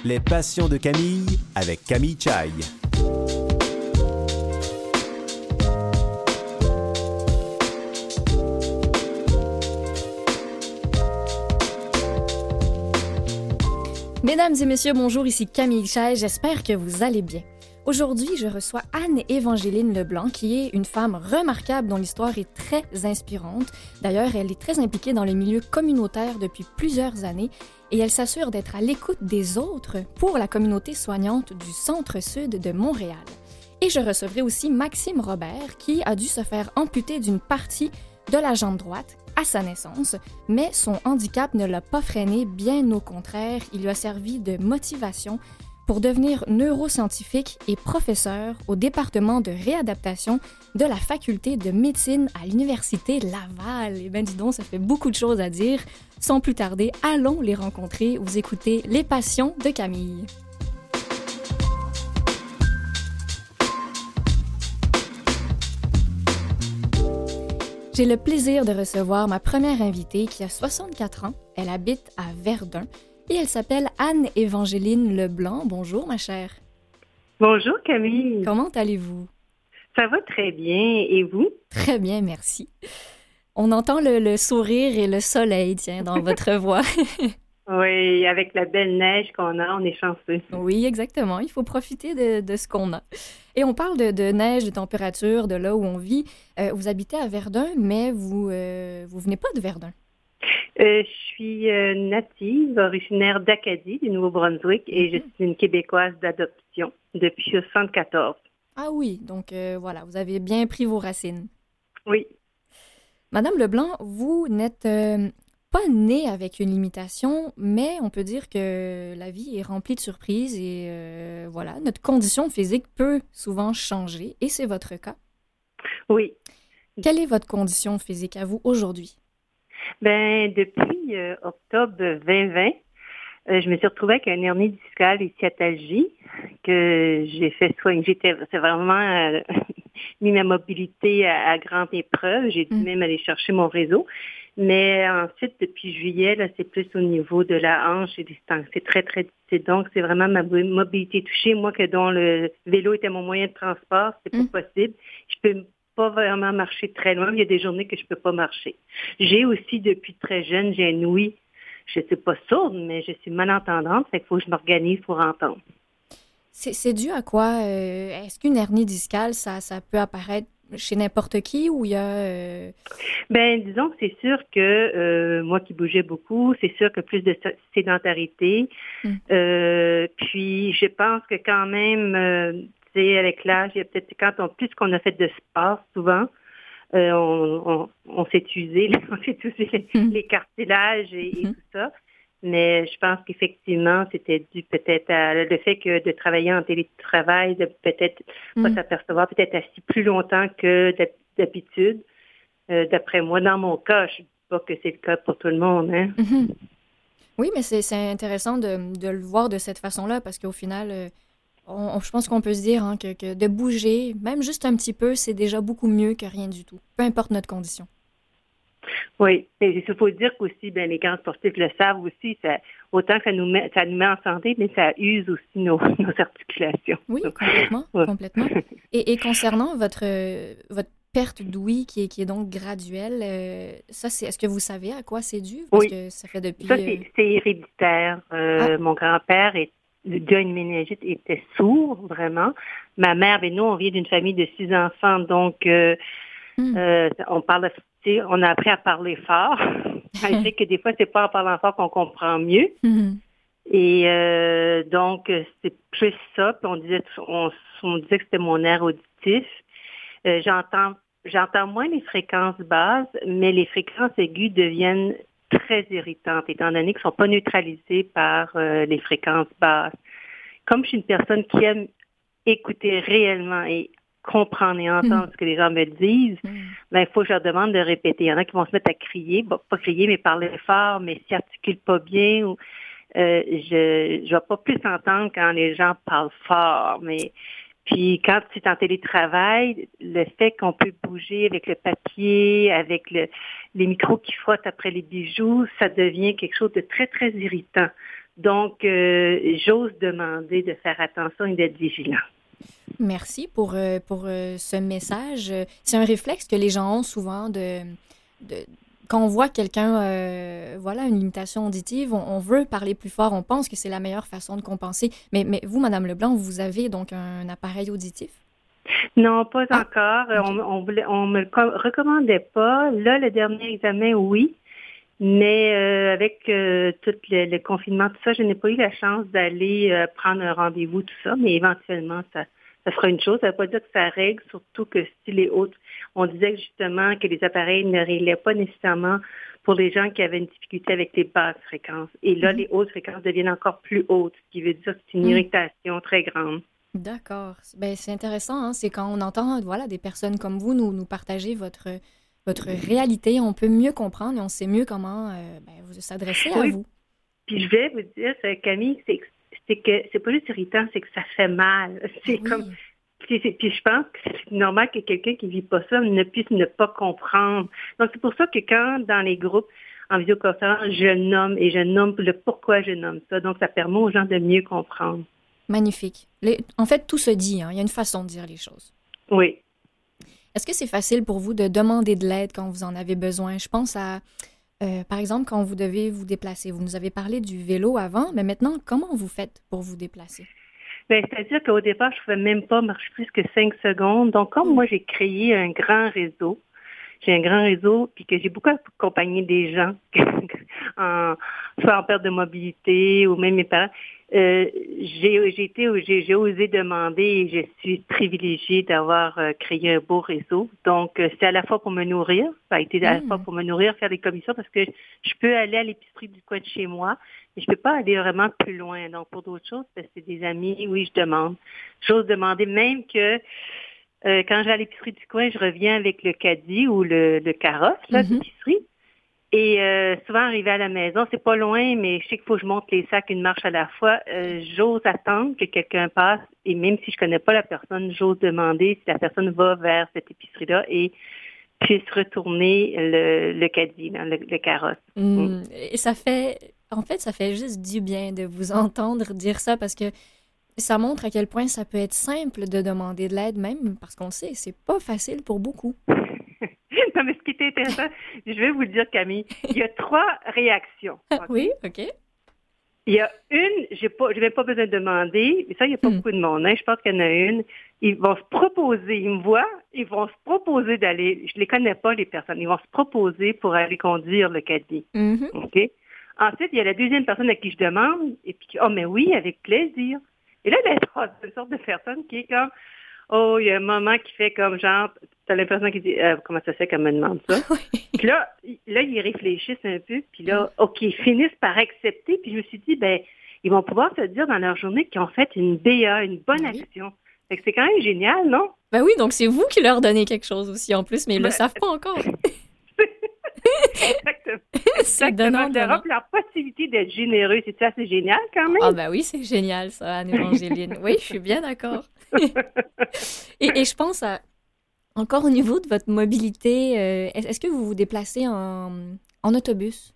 Les passions de Camille avec Camille Chaille. Mesdames et messieurs, bonjour, ici Camille Chaille, j'espère que vous allez bien. Aujourd'hui, je reçois Anne-Évangeline Leblanc, qui est une femme remarquable dont l'histoire est très inspirante. D'ailleurs, elle est très impliquée dans le milieu communautaire depuis plusieurs années et elle s'assure d'être à l'écoute des autres pour la communauté soignante du centre-sud de Montréal. Et je recevrai aussi Maxime Robert, qui a dû se faire amputer d'une partie de la jambe droite à sa naissance, mais son handicap ne l'a pas freiné, bien au contraire, il lui a servi de motivation pour devenir neuroscientifique et professeur au département de réadaptation de la faculté de médecine à l'Université Laval. Eh bien, dis donc, ça fait beaucoup de choses à dire. Sans plus tarder, allons les rencontrer. Vous écoutez Les Passions de Camille. J'ai le plaisir de recevoir ma première invitée qui a 64 ans. Elle habite à Verdun. Et elle s'appelle Anne-Évangeline Leblanc. Bonjour, ma chère. Bonjour, Camille. Comment allez-vous? Ça va très bien. Et vous? Très bien, merci. On entend le sourire et le soleil, tiens, dans votre voix. Oui, avec la belle neige qu'on a, on est chanceux. Oui, exactement. Il faut profiter de ce qu'on a. Et on parle de neige, de température, de là où on vit. Vous habitez à Verdun, mais vous venez pas de Verdun. Je suis native, originaire d'Acadie, du Nouveau-Brunswick, et je suis une Québécoise d'adoption depuis 1974. Ah oui, donc voilà, vous avez bien pris vos racines. Oui. Madame Leblanc, vous n'êtes pas née avec une limitation, mais on peut dire que la vie est remplie de surprises et voilà, notre condition physique peut souvent changer, et c'est votre cas. Oui. Quelle est votre condition physique à vous aujourd'hui? Ben, depuis octobre 2020, je me suis retrouvée avec une hernie discale et sciatalgie que j'ai fait soigner. C'est vraiment mis ma mobilité à grande épreuve. J'ai dû même aller chercher mon réseau. Mais ensuite, depuis juillet, là, c'est plus au niveau de la hanche et des stangs. C'est très, très difficile. Donc, c'est vraiment ma mobilité touchée. Moi, dont le vélo était mon moyen de transport, c'est pas possible. Je peux pas vraiment marcher très loin. Il y a des journées que je peux pas marcher. J'ai aussi, depuis très jeune, j'ai un ouïe. Je ne suis pas sourde, mais je suis malentendante. Fait qu'il faut que je m'organise pour entendre. C'est dû à quoi? Est-ce qu'une hernie discale, ça peut apparaître chez n'importe qui ou il y a... Ben, disons que c'est sûr que moi qui bougeais beaucoup, c'est sûr que plus de sédentarité. Puis je pense que quand même, tu sais, avec l'âge, il y a peut-être plus qu'on a fait de sport souvent, on s'est usé, les cartilages et tout ça. Mais je pense qu'effectivement, c'était dû peut-être à le fait que de travailler en télétravail, de peut-être pas s'apercevoir, peut-être assis plus longtemps que d'habitude. D'après moi, dans mon cas, je ne dis pas que c'est le cas pour tout le monde. Hein? Oui, mais c'est intéressant de le voir de cette façon-là parce qu'au final, je pense qu'on peut se dire que de bouger, même juste un petit peu, c'est déjà beaucoup mieux que rien du tout, peu importe notre condition. Oui, mais il faut dire qu'aussi, les grands sportifs le savent aussi, autant que ça nous met en santé, mais ça use aussi nos articulations. Oui, complètement, complètement. Et concernant votre perte d'ouïe qui est donc graduelle, est-ce que vous savez à quoi c'est dû? Parce que ça fait depuis... Ça, c'est héréditaire. Mon grand-père dû à une méningite, était sourd, vraiment. Ma mère, nous, on vient d'une famille de 6 enfants, donc on a appris à parler fort. Je sais que des fois, c'est pas en parlant fort qu'on comprend mieux. Et donc, c'est plus ça. Puis on disait que c'était mon air auditif. J'entends moins les fréquences basses, mais les fréquences aiguës deviennent très irritantes, étant donné qu'elles ne sont pas neutralisées par les fréquences basses. Comme je suis une personne qui aime écouter réellement et comprendre et entendre ce que les gens me disent, il faut que je leur demande de répéter. Il y en a qui vont se mettre à crier, pas crier, mais parler fort, mais s'ils n'articulent pas bien. Ou, je vais pas plus entendre quand les gens parlent fort, mais puis quand c'est en télétravail, le fait qu'on peut bouger avec le papier, avec les micros qui frottent après les bijoux, ça devient quelque chose de très, très irritant. Donc, j'ose demander de faire attention et d'être vigilant. Merci pour ce message. C'est un réflexe que les gens ont souvent quand on voit quelqu'un, une limitation auditive, on veut parler plus fort, on pense que c'est la meilleure façon de compenser. Mais vous, Madame Leblanc, vous avez donc un appareil auditif? Non, pas encore. Okay. On me le recommandait pas. Là, le dernier examen, oui. Mais avec tout le confinement, tout ça, je n'ai pas eu la chance d'aller prendre un rendez-vous, tout ça. Mais éventuellement, ça sera une chose. Ça ne veut pas dire que ça règle, surtout que si les autres, on disait justement que les appareils ne réglaient pas nécessairement pour les gens qui avaient une difficulté avec les basses fréquences. Et là, les hautes fréquences deviennent encore plus hautes, ce qui veut dire que c'est une irritation très grande. D'accord. Ben, c'est intéressant, hein? C'est quand on entend des personnes comme vous nous partager votre réalité, on peut mieux comprendre et on sait mieux comment vous s'adresser à vous. Puis je vais vous dire, Camille, c'est que c'est pas juste irritant, c'est que ça fait mal. C'est comme... Puis je pense que c'est normal que quelqu'un qui vit pas ça ne puisse ne pas comprendre. Donc c'est pour ça que quand dans les groupes en visioconférence, je nomme le pourquoi je nomme ça. Donc ça permet aux gens de mieux comprendre. Magnifique. En fait, tout se dit, hein? Il y a une façon de dire les choses. Oui. Est-ce que c'est facile pour vous de demander de l'aide quand vous en avez besoin? Je pense à, par exemple, quand vous devez vous déplacer. Vous nous avez parlé du vélo avant, mais maintenant, comment vous faites pour vous déplacer? Bien, c'est-à-dire qu'au départ, je ne pouvais même pas marcher plus que 5 secondes. Donc, comme moi, j'ai créé un grand réseau, puis que j'ai beaucoup accompagné des gens, soit en perte de mobilité ou même mes parents. J'ai osé demander et je suis privilégiée d'avoir créé un beau réseau. Donc, c'est à la fois pour me nourrir, ça a été à la fois pour me nourrir, faire des commissions, parce que je peux aller à l'épicerie du coin de chez moi, mais je peux pas aller vraiment plus loin. Donc, pour d'autres choses, c'est des amis, oui, je demande. J'ose demander même que quand je vais à l'épicerie du coin, je reviens avec le caddie ou le carrosse d'épicerie. Et souvent, arrivé à la maison, c'est pas loin, mais je sais qu'il faut que je monte les sacs une marche à la fois. J'ose attendre que quelqu'un passe, et même si je connais pas la personne, j'ose demander si la personne va vers cette épicerie-là et puisse retourner le caddie, le carrosse. Et ça fait juste du bien de vous entendre dire ça, parce que ça montre à quel point ça peut être simple de demander de l'aide, même parce qu'on le sait, c'est pas facile pour beaucoup. Non, mais ce qui était intéressant, je vais vous le dire, Camille, il y a 3 réactions. Okay? Oui, OK. Il y a une, je n'ai pas besoin de demander, mais ça, il n'y a pas beaucoup de monde. Hein. Je pense qu'il y en a une. Ils vont se proposer, ils me voient, ils vont se proposer d'aller, je ne les connais pas, les personnes, ils vont se proposer pour aller conduire le caddie. OK? Ensuite, il y a la deuxième personne à qui je demande, et puis, mais oui, avec plaisir. Et là, il y a une troisième sorte de personne qui est comme, il y a un moment qui fait comme genre, t'as l'impression qu'il dit, comment ça se fait qu'elle me demande ça? Puis là, ils réfléchissent un peu, puis là, OK, ils finissent par accepter, puis je me suis dit, ils vont pouvoir se dire dans leur journée qu'ils ont fait une BA, une bonne action. Fait que c'est quand même génial, non? Ben oui, donc c'est vous qui leur donnez quelque chose aussi en plus, mais ils le savent pas encore. Exactement. C'est donnant. Leur possibilité d'être généreux, c'est assez génial quand même. Ah ben oui, c'est génial ça, Anne-Évangéline. Oui, je suis bien d'accord. et je pense encore au niveau de votre mobilité, est-ce que vous vous déplacez en autobus?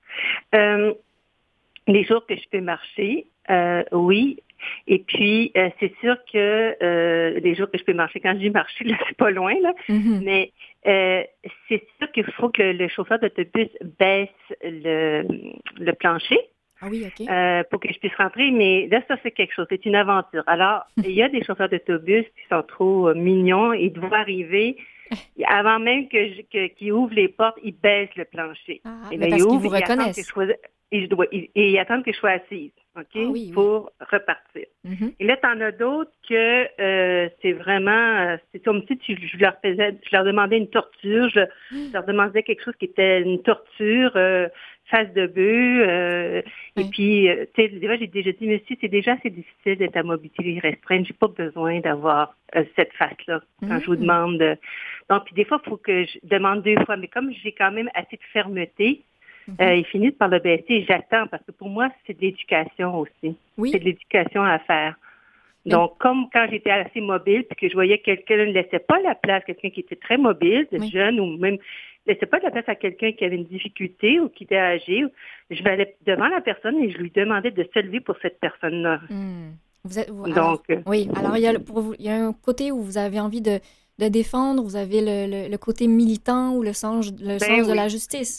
Les jours que je peux marcher, oui. Et puis, c'est sûr que les jours que je peux marcher, quand je dis marcher, là, c'est pas loin, là, mais c'est sûr qu'il faut que le chauffeur d'autobus baisse le plancher. Ah oui, OK. Pour que je puisse rentrer, mais là, ça, c'est quelque chose, c'est une aventure. Alors, il y a des chauffeurs d'autobus qui sont trop mignons, ils doivent arriver, avant même qu'ils ouvrent les portes, ils baissent le plancher. Et là, parce qu'ils vous reconnaissent. Ils attendent que je sois assise, OK, pour repartir. Et là, t'en as d'autres que c'est vraiment, c'est comme si je leur demandais une torture, je leur demandais quelque chose qui était une torture, face de bœuf, et puis, tu sais, des fois, j'ai déjà dit, monsieur, c'est déjà assez difficile d'être à mobilité restreinte, j'ai pas besoin d'avoir cette face-là quand je vous demande. Donc, puis des fois, il faut que je demande 2 fois, mais comme j'ai quand même assez de fermeté, ils finissent par le baisser et j'attends parce que pour moi, c'est de l'éducation aussi. Oui. C'est de l'éducation à faire. Donc, comme quand j'étais assez mobile puis que je voyais que quelqu'un ne laissait pas la place, quelqu'un qui était très mobile, jeune ou même laissais pas de la place à quelqu'un qui avait une difficulté ou qui était âgé. Je vais aller devant la personne et je lui demandais de se lever pour cette personne-là. Oui, alors il y a un côté où vous avez envie de défendre, vous avez le côté militant ou le sens de la justice.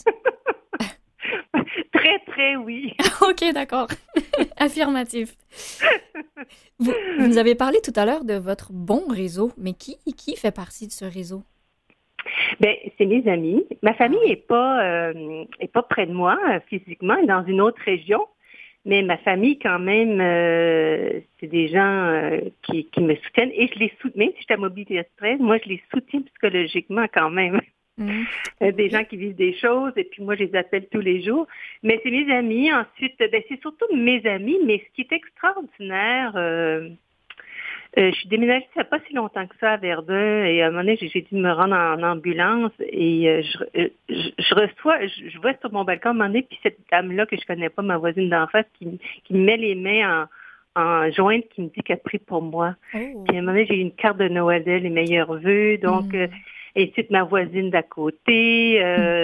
Très, très oui. OK, d'accord. Affirmatif. Vous avez parlé tout à l'heure de votre bon réseau, mais qui fait partie de ce réseau? Ben, c'est mes amis. Ma famille est pas près de moi physiquement, elle est dans une autre région, mais ma famille quand même, c'est des gens qui me soutiennent et je les soutiens. Même si je suis à mobilité extrême, moi je les soutiens psychologiquement quand même. Des gens qui vivent des choses et puis moi je les appelle tous les jours. Mais c'est mes amis. Ensuite, c'est surtout mes amis. Mais ce qui est extraordinaire, je suis déménagée il n'y a pas si longtemps que ça à Verdun et à un moment donné, j'ai dû me rendre en ambulance et je vois sur mon balcon à un moment donné, puis cette dame-là que je connais pas, ma voisine d'en face, qui me met les mains en jointe, qui me dit qu'elle prie pour moi. Oh. Puis à un moment donné, j'ai eu une carte de Noël, les meilleurs vœux, donc... et ensuite, ma voisine d'à côté.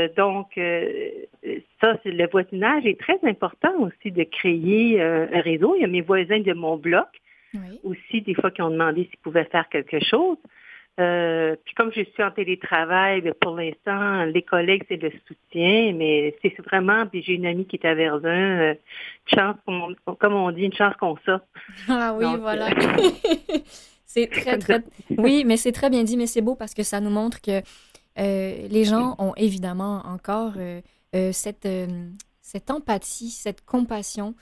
Ça, le voisinage est très important aussi de créer un réseau. Il y a mes voisins de mon bloc aussi, des fois, qui ont demandé s'ils pouvaient faire quelque chose. Puis comme je suis en télétravail, pour l'instant, les collègues, c'est le soutien, mais c'est vraiment... Puis j'ai une amie qui est à Verdun, chance, comme on dit, une chance qu'on sorte. Ah oui, donc, voilà. C'est très, très... Oui, mais c'est très bien dit, mais c'est beau parce que ça nous montre que les gens ont évidemment encore cette empathie, cette compassion.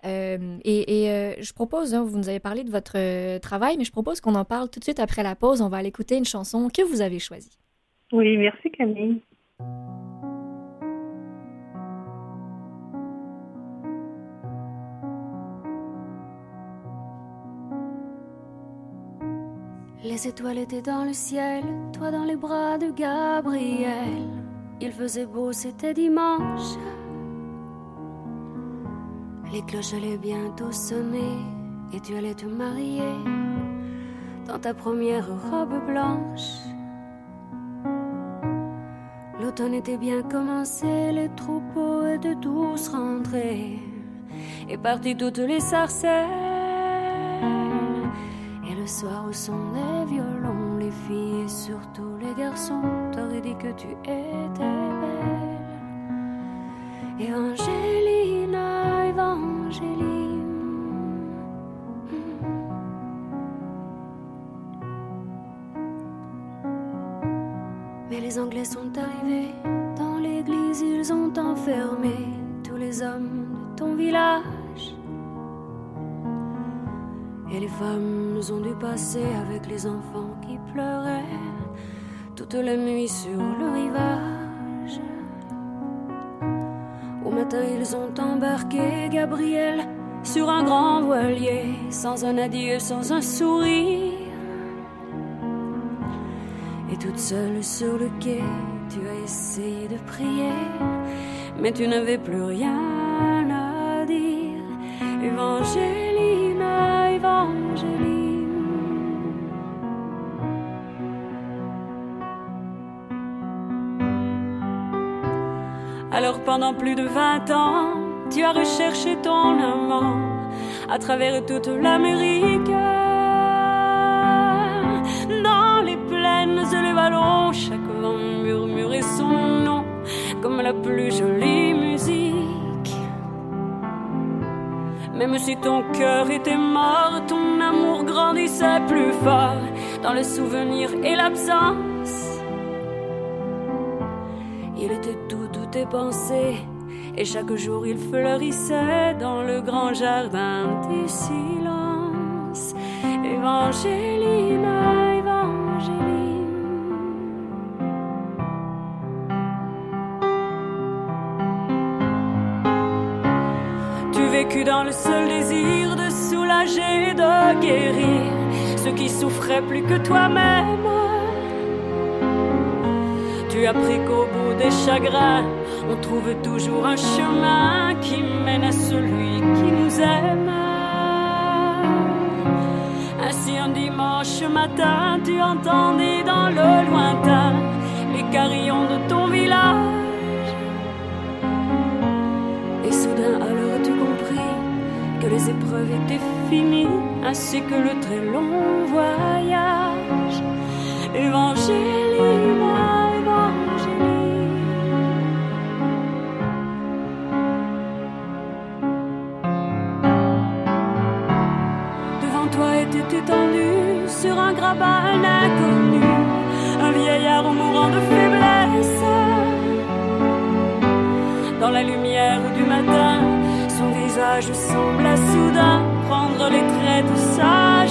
Je propose, vous nous avez parlé de votre travail, mais je propose qu'on en parle tout de suite après la pause. On va aller écouter une chanson que vous avez choisie. Oui, merci Camille. Les étoiles étaient dans le ciel, toi dans les bras de Gabriel. Il faisait beau, c'était dimanche. Les cloches allaient bientôt sonner et tu allais te marier dans ta première robe blanche. L'automne était bien commencé, les troupeaux étaient tous rentrés et partis toutes les sarcelles. Le soir au son des violons, les filles et surtout les garçons t'auraient dit que tu étais belle. Evangelina, Evangeline. Mais les Anglais sont arrivés dans l'église, ils ont enfermé tous les hommes de ton village. Et les femmes ont dû passer avec les enfants qui pleuraient toute la nuit sur le rivage. Au matin, ils ont embarqué Gabriel sur un grand voilier, sans un adieu, sans un sourire. Et toute seule sur le quai, tu as essayé de prier, mais tu n'avais plus rien à dire. Evangelina, Evangeline. Alors pendant plus de 20 ans, tu as recherché ton amant à travers toute l'Amérique. Dans les plaines et les vallons, chaque vent murmurait son nom comme la plus jolie musique. Même si ton cœur était mort, ton amour grandissait plus fort dans le souvenir et l'absence. Il était tout tes pensées, et chaque jour il fleurissait dans le grand jardin du silence. Evangelina, Evangeline. Tu vécus dans le seul désir de soulager et de guérir ceux qui souffraient plus que toi-même. Tu as appris qu'au bout des chagrins, on trouve toujours un chemin qui mène à celui qui nous aime. Ainsi un dimanche matin, tu entendais dans le lointain les carillons de ton village. les épreuves étaient finies, ainsi que le très long voyage. Évangélina, Évangéline. Devant toi était étendu sur un grabat un inconnu, un vieillard mourant de faiblesse. Dans la lumière du matin, son visage sembla soudain prendre les traits de sa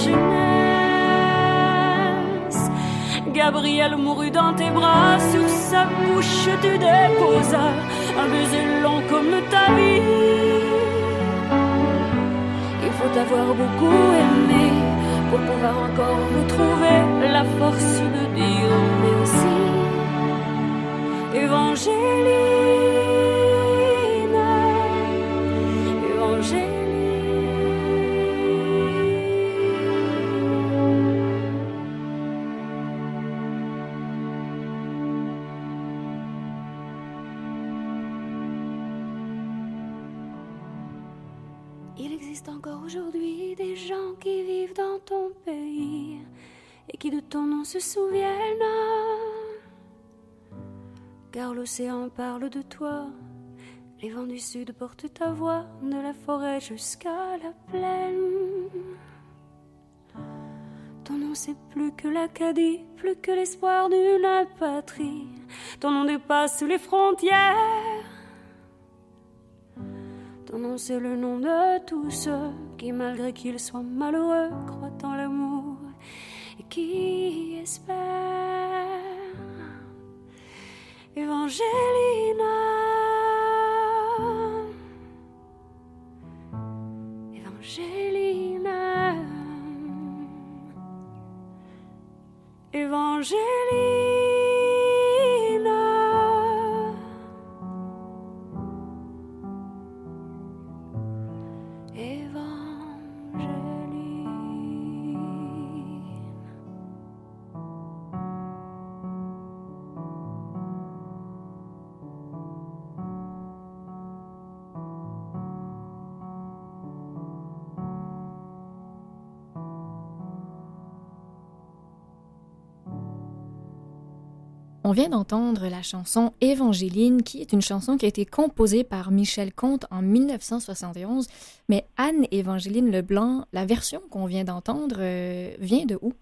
jeunesse. Gabriel mourut dans tes bras, sur sa bouche tu déposas un baiser long comme ta vie. Il faut avoir beaucoup aimé pour pouvoir encore retrouver la force de dire merci. Évangéline. Il existe encore aujourd'hui des gens qui vivent dans ton pays et qui de ton nom se souviennent. Car l'océan parle de toi, les vents du sud portent ta voix, de la forêt jusqu'à la plaine. Ton nom c'est plus que l'Acadie, plus que l'espoir d'une patrie. Ton nom dépasse les frontières. Ton nom c'est le nom de tous ceux qui, malgré qu'ils soient malheureux, croient en l'amour et qui espèrent. Évangélina, Évangélina, Évangélina. On vient d'entendre la chanson Évangéline, qui est une chanson qui a été composée par Michel Comte en 1971. Mais Anne-Évangéline Leblanc, la version qu'on vient d'entendre, vient de où?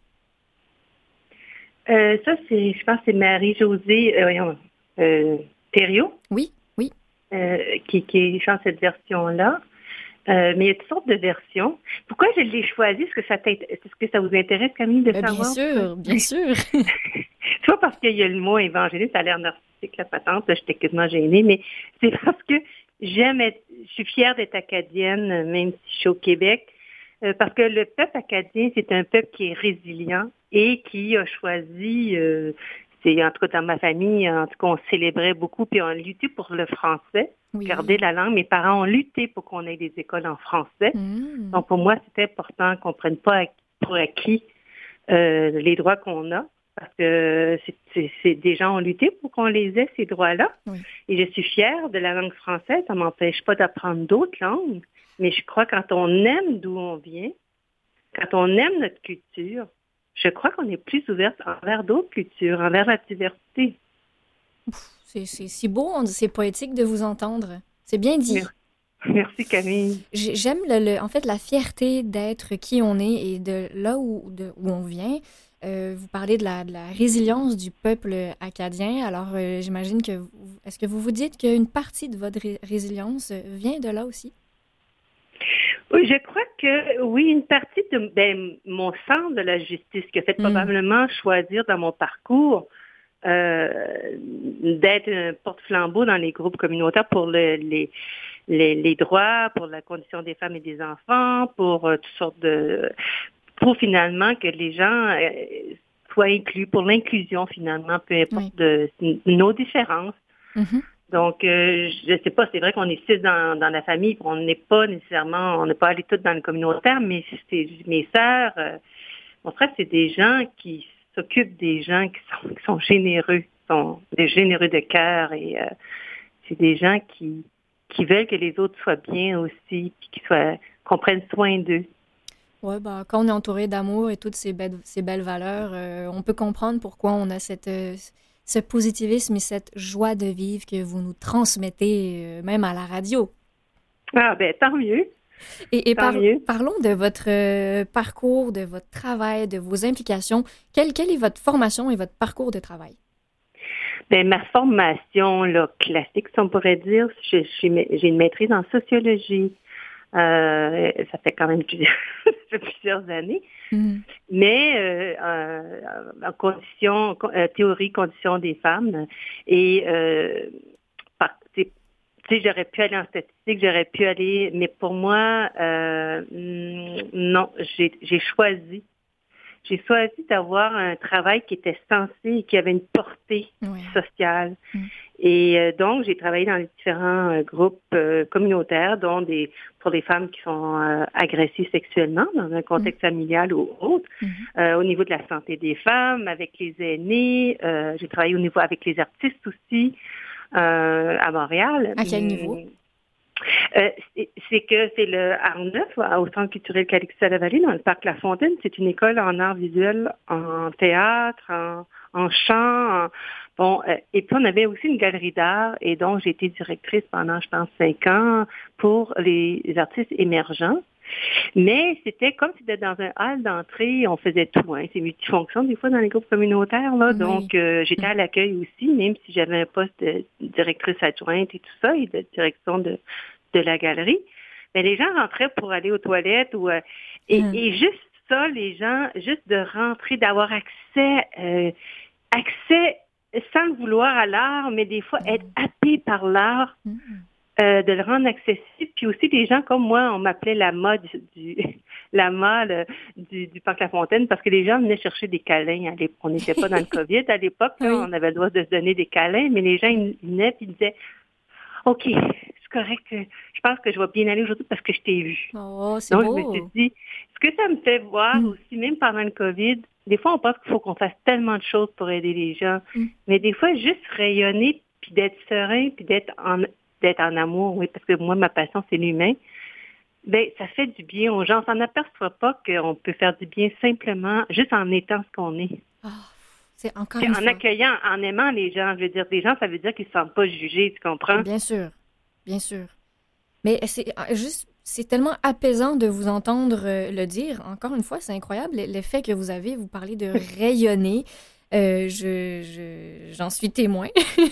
Ça, je pense que c'est Marie-Josée Thériault. Oui, oui. Qui chante cette version-là. Mais il y a toutes sortes de versions. Pourquoi je l'ai choisie? Est-ce que ça vous intéresse, Camille, de savoir? Bien sûr, bien sûr. Soit parce qu'il y a le mot évangéliste, ça a l'air narcissique, la patente, là, j'étais quasiment gênée, mais c'est parce que je suis fière d'être acadienne, même si je suis au Québec, parce que le peuple acadien, c'est un peuple qui est résilient et qui a choisi, c'est en tout cas dans ma famille, en tout cas on célébrait beaucoup, puis on luttait pour le français, garder la langue. Mes parents ont lutté pour qu'on ait des écoles en français. Donc pour moi, c'était important qu'on ne prenne pas pour acquis les droits qu'on a. Parce que c'est des gens ont lutté pour qu'on les ait, ces droits-là. Oui. Et je suis fière de la langue française. Ça ne m'empêche pas d'apprendre d'autres langues. Mais je crois que quand on aime d'où on vient, quand on aime notre culture, je crois qu'on est plus ouverte envers d'autres cultures, envers la diversité. C'est si beau, c'est poétique de vous entendre. C'est bien dit. Merci Camille. J'aime en fait la fierté d'être qui on est et de là où on vient. Vous parlez de la résilience du peuple acadien. Alors, j'imagine que... Est-ce que vous vous dites qu'une partie de votre résilience vient de là aussi? Oui, je crois que oui, une partie de mon sens de la justice qui a fait probablement choisir dans mon parcours d'être un porte-flambeau dans les groupes communautaires pour les droits, pour la condition des femmes et des enfants, pour toutes sortes de... pour finalement que les gens soient inclus, pour l'inclusion finalement, peu importe de nos différences. Mm-hmm. Donc, je ne sais pas, c'est vrai qu'on est 6 dans la famille, on n'est pas allé toutes dans le communautaire, mais mes sœurs, mon frère, c'est des gens qui s'occupent des gens qui sont généreux, des généreux de cœur, et c'est des gens qui veulent que les autres soient bien aussi, puis qu'on prenne soin d'eux. Oui, quand on est entouré d'amour et toutes ces belles valeurs, on peut comprendre pourquoi on a ce positivisme et cette joie de vivre que vous nous transmettez, même à la radio. Ah, ben tant mieux. Et Tant mieux. parlons de votre parcours, de votre travail, de vos implications. Quelle est votre formation et votre parcours de travail? Ben, ma formation là, classique, si on pourrait dire, j'ai une maîtrise en sociologie. Ça fait quand même plusieurs années. Mm-hmm. Mais en théorie, conditions des femmes. Et j'aurais pu aller en statistique, j'aurais pu aller, mais pour moi, non, j'ai choisi. J'ai choisi d'avoir un travail qui était sensé et qui avait une portée sociale. Mm. Et donc, j'ai travaillé dans les différents groupes communautaires, dont pour les femmes qui sont agressées sexuellement dans un contexte familial ou autre. Au niveau de la santé des femmes, avec les aînés, j'ai travaillé avec les artistes aussi à Montréal. À quel niveau? C'est le Art-Neuf, au Centre culturel Calixte-la-Vallée, dans le parc La Fontaine. C'est une école en art visuel, en théâtre, en chant. Et puis on avait aussi une galerie d'art, et donc j'ai été directrice pendant, je pense, 5 ans pour les artistes émergents. Mais c'était comme si c'était dans un hall d'entrée, on faisait tout. Hein. C'est multifonction des fois dans les groupes communautaires. Là. Oui. Donc, j'étais à l'accueil aussi, même si j'avais un poste de directrice adjointe et tout ça, et de direction de la galerie. Mais les gens rentraient pour aller aux toilettes et juste ça, les gens, juste de rentrer, d'avoir accès sans le vouloir à l'art, mais des fois être happé par l'art. De le rendre accessible. Puis aussi, des gens comme moi, on m'appelait la du Parc La Fontaine parce que les gens venaient chercher des câlins. On n'était pas dans le COVID à l'époque. Là, on avait le droit de se donner des câlins, mais les gens ils venaient et ils disaient « OK, c'est correct, je pense que je vais bien aller aujourd'hui parce que je t'ai vu. » Oh, c'est Donc, beau. je me suis dit, ce que ça me fait voir aussi, même pendant le COVID, des fois, on pense qu'il faut qu'on fasse tellement de choses pour aider les gens. Mais des fois, juste rayonner, puis d'être serein, puis d'être en amour, oui, parce que moi, ma passion, c'est l'humain, bien, ça fait du bien aux gens. On s'en aperçoit pas qu'on peut faire du bien simplement, juste en étant ce qu'on est. Oh, c'est encore une fois. En accueillant, en aimant les gens. Je veux dire, des gens, ça veut dire qu'ils ne se sentent pas jugés, tu comprends? Bien sûr, bien sûr. Mais c'est tellement apaisant de vous entendre le dire. Encore une fois, c'est incroyable l'effet que vous parlez de rayonner. J'en suis témoin.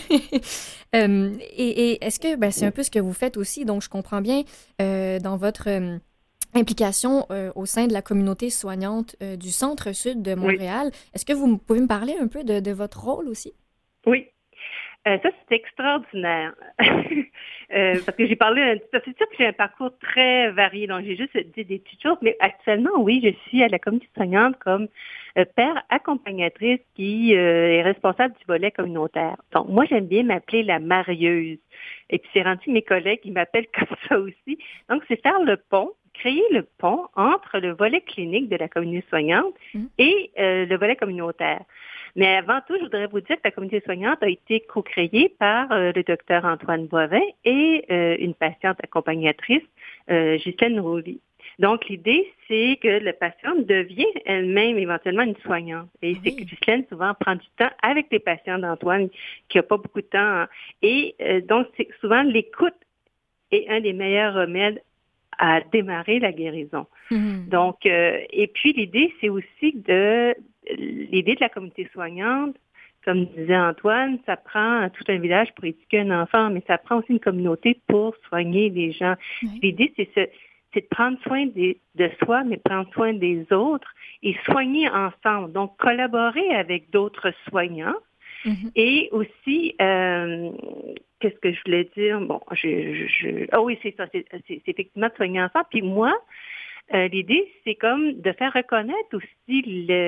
Et est-ce que c'est un peu ce que vous faites aussi? Donc, je comprends bien dans votre implication au sein de la communauté soignante du Centre-Sud de Montréal. Oui. Est-ce que vous pouvez me parler un peu de votre rôle aussi? Oui. Ça, c'est extraordinaire. Parce que j'ai parlé, c'est sûr que j'ai un parcours très varié, donc j'ai juste dit des petites choses, mais actuellement, oui, je suis à la communauté soignante comme père accompagnatrice qui est responsable du volet communautaire. Donc, moi, j'aime bien m'appeler la marieuse. Et puis, c'est rendu mes collègues qui m'appellent comme ça aussi. Donc, c'est faire le pont, créer le pont entre le volet clinique de la communauté soignante et le volet communautaire. Mais avant tout, je voudrais vous dire que la communauté soignante a été co-créée par le docteur Antoine Boivin et une patiente accompagnatrice, Ghislaine Rouly. Donc, l'idée, c'est que la patiente devient elle-même éventuellement une soignante. Et c'est que Ghislaine, souvent, prend du temps avec les patients d'Antoine qui n'a pas beaucoup de temps. Et donc, c'est souvent l'écoute est un des meilleurs remèdes à démarrer la guérison. Donc, et puis l'idée, c'est aussi l'idée de la communauté soignante, comme disait Antoine, ça prend tout un village pour éduquer un enfant, mais ça prend aussi une communauté pour soigner les gens. L'idée, c'est de prendre soin de soi, mais prendre soin des autres et soigner ensemble. Donc, collaborer avec d'autres soignants. Et aussi, qu'est-ce que je voulais dire? Bon, oui, c'est ça, c'est effectivement de soigner ensemble. Puis moi, l'idée, c'est comme de faire reconnaître aussi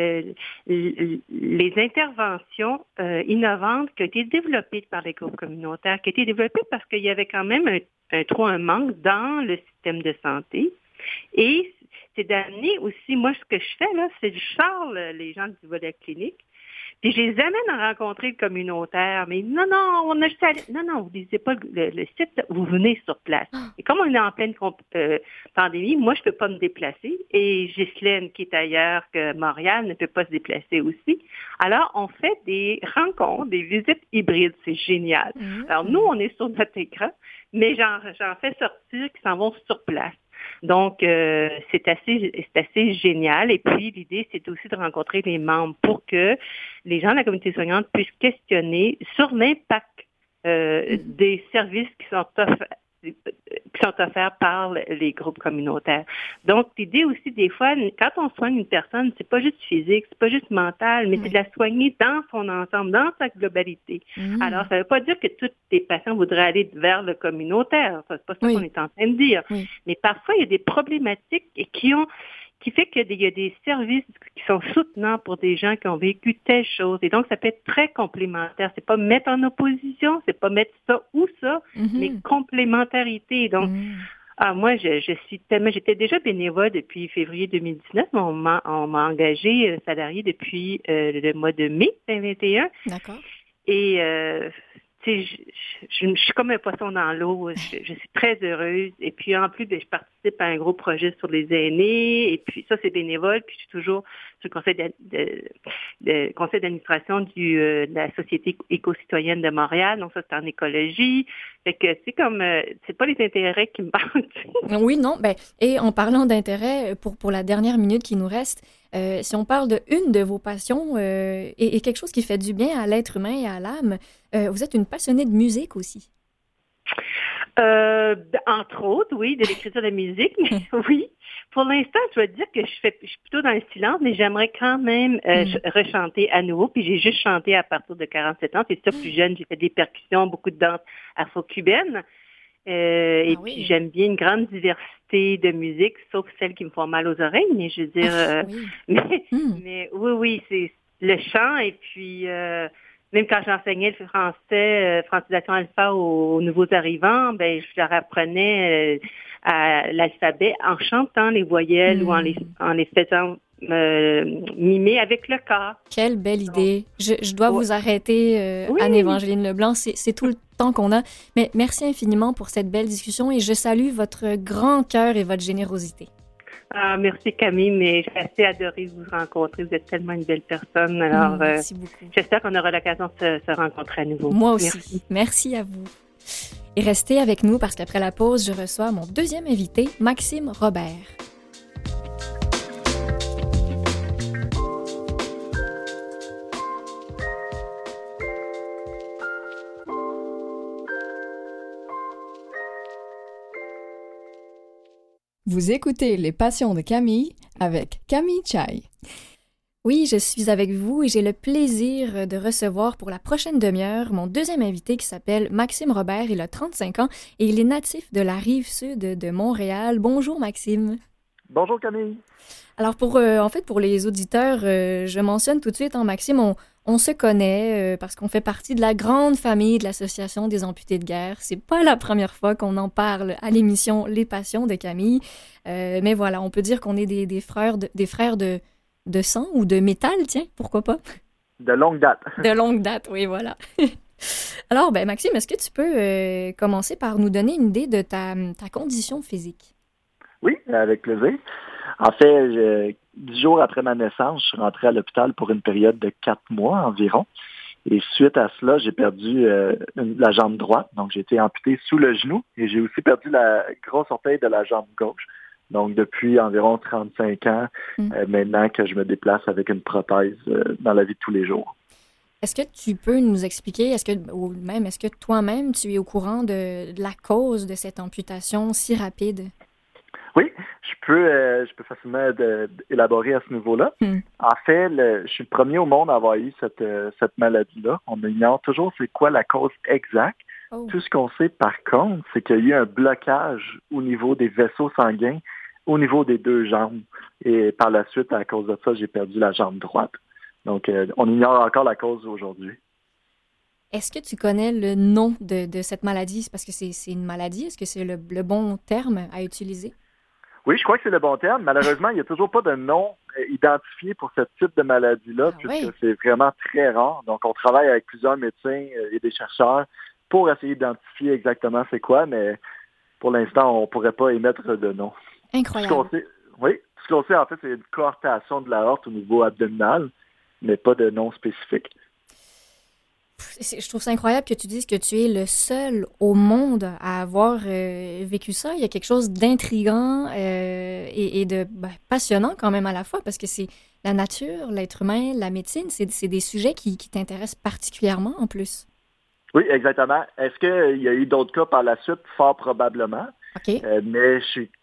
les interventions innovantes qui ont été développées par les groupes communautaires, qui ont été développées parce qu'il y avait quand même un manque dans le système de santé. Et c'est d'amener aussi, moi, ce que je fais, là, c'est que je sors les gens du volet clinique. Puis je les amène à rencontrer le communautaire. Mais non, on a juste allé... Non, vous ne lisez pas le site, vous venez sur place. Et comme on est en pleine pandémie, moi, je ne peux pas me déplacer. Et Ghislaine, qui est ailleurs que Montréal, ne peut pas se déplacer aussi. Alors, on fait des rencontres, des visites hybrides. C'est génial. Alors, nous, on est sur notre écran, mais j'en fais sortir qui s'en vont sur place. Donc, c'est assez génial. Et puis, l'idée, c'est aussi de rencontrer les membres pour que les gens de la communauté soignante puissent questionner sur l'impact des services qui sont offerts par les groupes communautaires. Donc, l'idée aussi, des fois, quand on soigne une personne, c'est pas juste physique, c'est pas juste mental, mais c'est de la soigner dans son ensemble, dans sa globalité. Alors, ça veut pas dire que tous les patients voudraient aller vers le communautaire. C'est pas ça qu'on est en train de dire. Mais parfois, il y a des problématiques qui fait qu'il y a des services qui sont soutenants pour des gens qui ont vécu telle chose. Et donc, ça peut être très complémentaire. C'est pas mettre en opposition, c'est pas mettre ça ou ça, mais complémentarité. Donc, moi, j'étais déjà bénévole depuis février 2019, mais on m'a engagé salarié depuis le mois de mai 2021. D'accord. Et je suis comme un poisson dans l'eau. Je suis très heureuse. Et puis, en plus, je participe à un gros projet sur les aînés. Et puis, ça, c'est bénévole. Puis, je suis toujours sur le conseil d'administration de la Société éco-citoyenne de Montréal. Donc, ça, c'est en écologie. Fait que, c'est pas les intérêts qui me parlent. Oui, non. Et en parlant d'intérêt, pour la dernière minute qui nous reste, si on parle de une de vos passions et quelque chose qui fait du bien à l'être humain et à l'âme, vous êtes une passionnée de musique aussi. Entre autres, oui, de l'écriture de musique, mais oui. Pour l'instant, je dois dire que je suis plutôt dans le silence, mais j'aimerais quand même rechanter à nouveau. Puis j'ai juste chanté à partir de 47 ans. C'est ça, plus jeune, j'ai fait des percussions, beaucoup de danse afro-cubaine. Puis j'aime bien une grande diversité de musique, sauf celles qui me font mal aux oreilles, mais je veux dire... mais oui, c'est le chant et puis... même quand j'enseignais le français, francisation alpha aux nouveaux arrivants, je leur apprenais à l'alphabet en chantant les voyelles ou en les faisant mimer avec le corps. Quelle belle idée. Je dois vous arrêter, Anne-Évangeline Leblanc. C'est tout le temps qu'on a. Mais merci infiniment pour cette belle discussion et je salue votre grand cœur et votre générosité. Ah, merci Camille, mais j'ai assez adoré vous rencontrer. Vous êtes tellement une belle personne. Alors, merci beaucoup. J'espère qu'on aura l'occasion de se rencontrer à nouveau. Moi aussi. Merci à vous. Et restez avec nous parce qu'après la pause, je reçois mon deuxième invité, Maxime Robert. Vous écoutez Les Passions de Camille avec Camille Chai. Oui, je suis avec vous et j'ai le plaisir de recevoir pour la prochaine demi-heure mon deuxième invité qui s'appelle Maxime Robert. Il a 35 ans et il est natif de la Rive-Sud de Montréal. Bonjour Maxime. Bonjour Camille. Alors pour les auditeurs, je mentionne tout de suite, Maxime, on se connaît parce qu'on fait partie de la grande famille de l'Association des amputés de guerre. C'est pas la première fois qu'on en parle à l'émission Les Passions de Camille. Mais voilà, on peut dire qu'on est des frères de sang ou de métal, tiens, pourquoi pas? De longue date. De longue date, oui, voilà. Alors, Maxime, est-ce que tu peux commencer par nous donner une idée de ta condition physique? Oui, avec plaisir. En fait, 10 jours après ma naissance, je suis rentré à l'hôpital pour une période de 4 mois environ. Et suite à cela, j'ai perdu la jambe droite. Donc, j'ai été amputé sous le genou et j'ai aussi perdu la grosse orteil de la jambe gauche. Donc, depuis environ 35 ans, maintenant que je me déplace avec une prothèse dans la vie de tous les jours. Est-ce que tu peux nous expliquer, est-ce que toi-même, tu es au courant de la cause de cette amputation si rapide? Oui, je peux facilement élaborer à ce niveau-là. En fait, je suis le premier au monde à avoir eu cette maladie-là. On ignore toujours c'est quoi la cause exacte. Tout ce qu'on sait, par contre, c'est qu'il y a eu un blocage au niveau des vaisseaux sanguins, au niveau des 2 jambes. Et par la suite, à cause de ça, j'ai perdu la jambe droite. Donc, on ignore encore la cause aujourd'hui. Est-ce que tu connais le nom de cette maladie? Parce que c'est une maladie. Est-ce que c'est le bon terme à utiliser? Oui, je crois que c'est le bon terme. Malheureusement, il n'y a toujours pas de nom identifié pour ce type de maladie-là, puisque c'est vraiment très rare. Donc, on travaille avec plusieurs médecins et des chercheurs pour essayer d'identifier exactement c'est quoi, mais pour l'instant, on ne pourrait pas émettre de nom. Incroyable. Ce qu'on sait, en fait, c'est une coartation de l'aorte au niveau abdominal, mais pas de nom spécifique. Je trouve ça incroyable que tu dises que tu es le seul au monde à avoir vécu ça. Il y a quelque chose d'intriguant et de passionnant quand même à la fois, parce que c'est la nature, l'être humain, la médecine, c'est des sujets qui t'intéressent particulièrement en plus. Oui, exactement. Est-ce qu'il y a eu d'autres cas par la suite? Fort probablement. OK. Mais je suis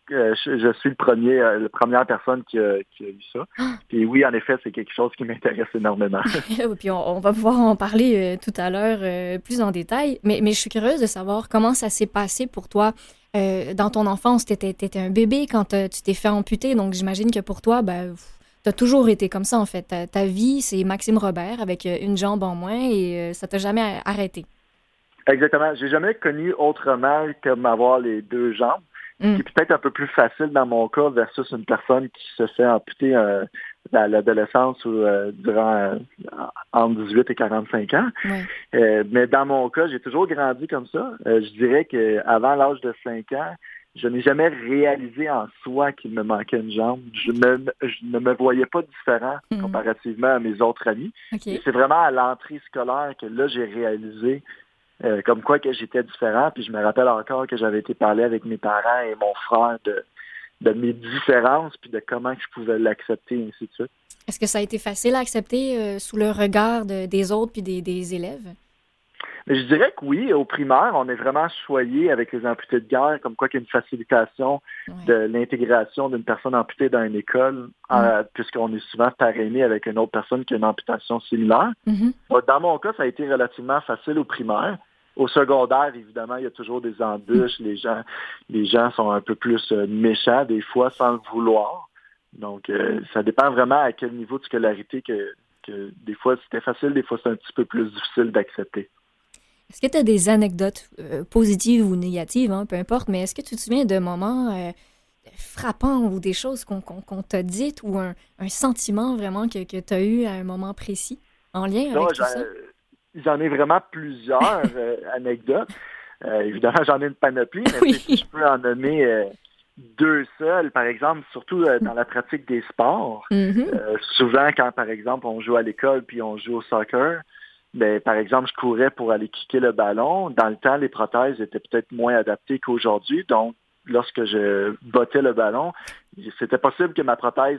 la première personne qui a eu ça. Puis oui, en effet, c'est quelque chose qui m'intéresse énormément. Puis on va pouvoir en parler tout à l'heure plus en détail. Mais je suis curieuse de savoir comment ça s'est passé pour toi. Dans ton enfance, t'étais un bébé quand tu t'es fait amputer. Donc j'imagine que pour toi, t'as toujours été comme ça en fait. Ta vie, c'est Maxime Robert avec une jambe en moins et ça t'a jamais arrêté. Exactement. J'ai jamais connu autrement que m'avoir les deux jambes. Ce qui est peut-être un peu plus facile dans mon cas versus une personne qui se fait amputer à l'adolescence ou durant entre 18 et 45 ans. Oui. Mais dans mon cas, j'ai toujours grandi comme ça. Je dirais qu'avant l'âge de 5 ans, je n'ai jamais réalisé en soi qu'il me manquait une jambe. Je ne me voyais pas différent comparativement à mes autres amis. Okay. Et c'est vraiment à l'entrée scolaire que là, j'ai réalisé comme quoi que j'étais différent. Puis je me rappelle encore que j'avais été parler avec mes parents et mon frère de mes différences, puis de comment je pouvais l'accepter, et ainsi de suite. Est-ce que ça a été facile à accepter sous le regard des autres puis des élèves? Mais je dirais que oui, au primaire, on est vraiment choyé avec les amputés de guerre, comme quoi qu'il y a une facilitation de l'intégration d'une personne amputée dans une école, puisqu'on est souvent parrainé avec une autre personne qui a une amputation similaire. Dans mon cas, ça a été relativement facile au primaire. Au secondaire, évidemment, il y a toujours des embûches. Les gens sont un peu plus méchants, des fois, sans le vouloir. Donc, ça dépend vraiment à quel niveau de scolarité que des fois, c'était facile, des fois, c'est un petit peu plus difficile d'accepter. Est-ce que tu as des anecdotes positives ou négatives, peu importe, mais est-ce que tu te souviens de moments frappants ou des choses qu'on t'a dites ou un sentiment vraiment que tu as eu à un moment précis en lien avec tout ça? J'en ai vraiment plusieurs anecdotes. Évidemment, j'en ai une panoplie, mais si je peux en nommer deux seules, par exemple, surtout dans la pratique des sports. Souvent, quand, par exemple, on joue à l'école puis on joue au soccer, par exemple, je courais pour aller kicker le ballon. Dans le temps, les prothèses étaient peut-être moins adaptées qu'aujourd'hui. Donc, lorsque je bottais le ballon, c'était possible que ma prothèse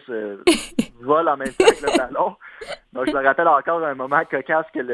vole en même temps que le ballon. Donc, je me rappelle encore un moment cocasse que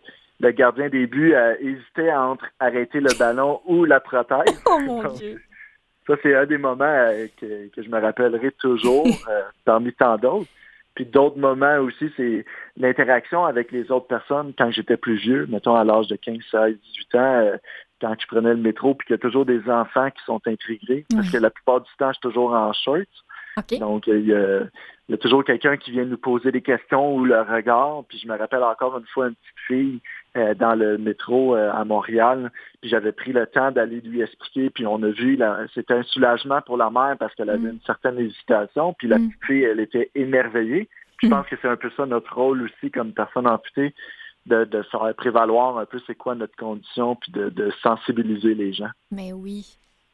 le gardien des buts hésitait entre arrêter le ballon ou la prothèse. Oh mon Dieu! Ça, c'est un des moments que je me rappellerai toujours, parmi tant d'autres. Puis d'autres moments aussi, c'est l'interaction avec les autres personnes quand j'étais plus vieux, mettons à l'âge de 15, 16, 18 ans, quand je prenais le métro, puis qu'il y a toujours des enfants qui sont intrigués, parce que la plupart du temps, je suis toujours en short. Okay. Donc, il y a toujours quelqu'un qui vient nous poser des questions ou le regard. Puis je me rappelle encore une fois une petite fille dans le métro à Montréal. Puis j'avais pris le temps d'aller lui expliquer. Puis on a vu, c'était un soulagement pour la mère parce qu'elle avait une certaine hésitation. Puis la petite fille, elle était émerveillée. Puis je pense que c'est un peu ça notre rôle aussi comme personne amputée, de faire prévaloir un peu c'est quoi notre condition, puis de sensibiliser les gens. Mais oui.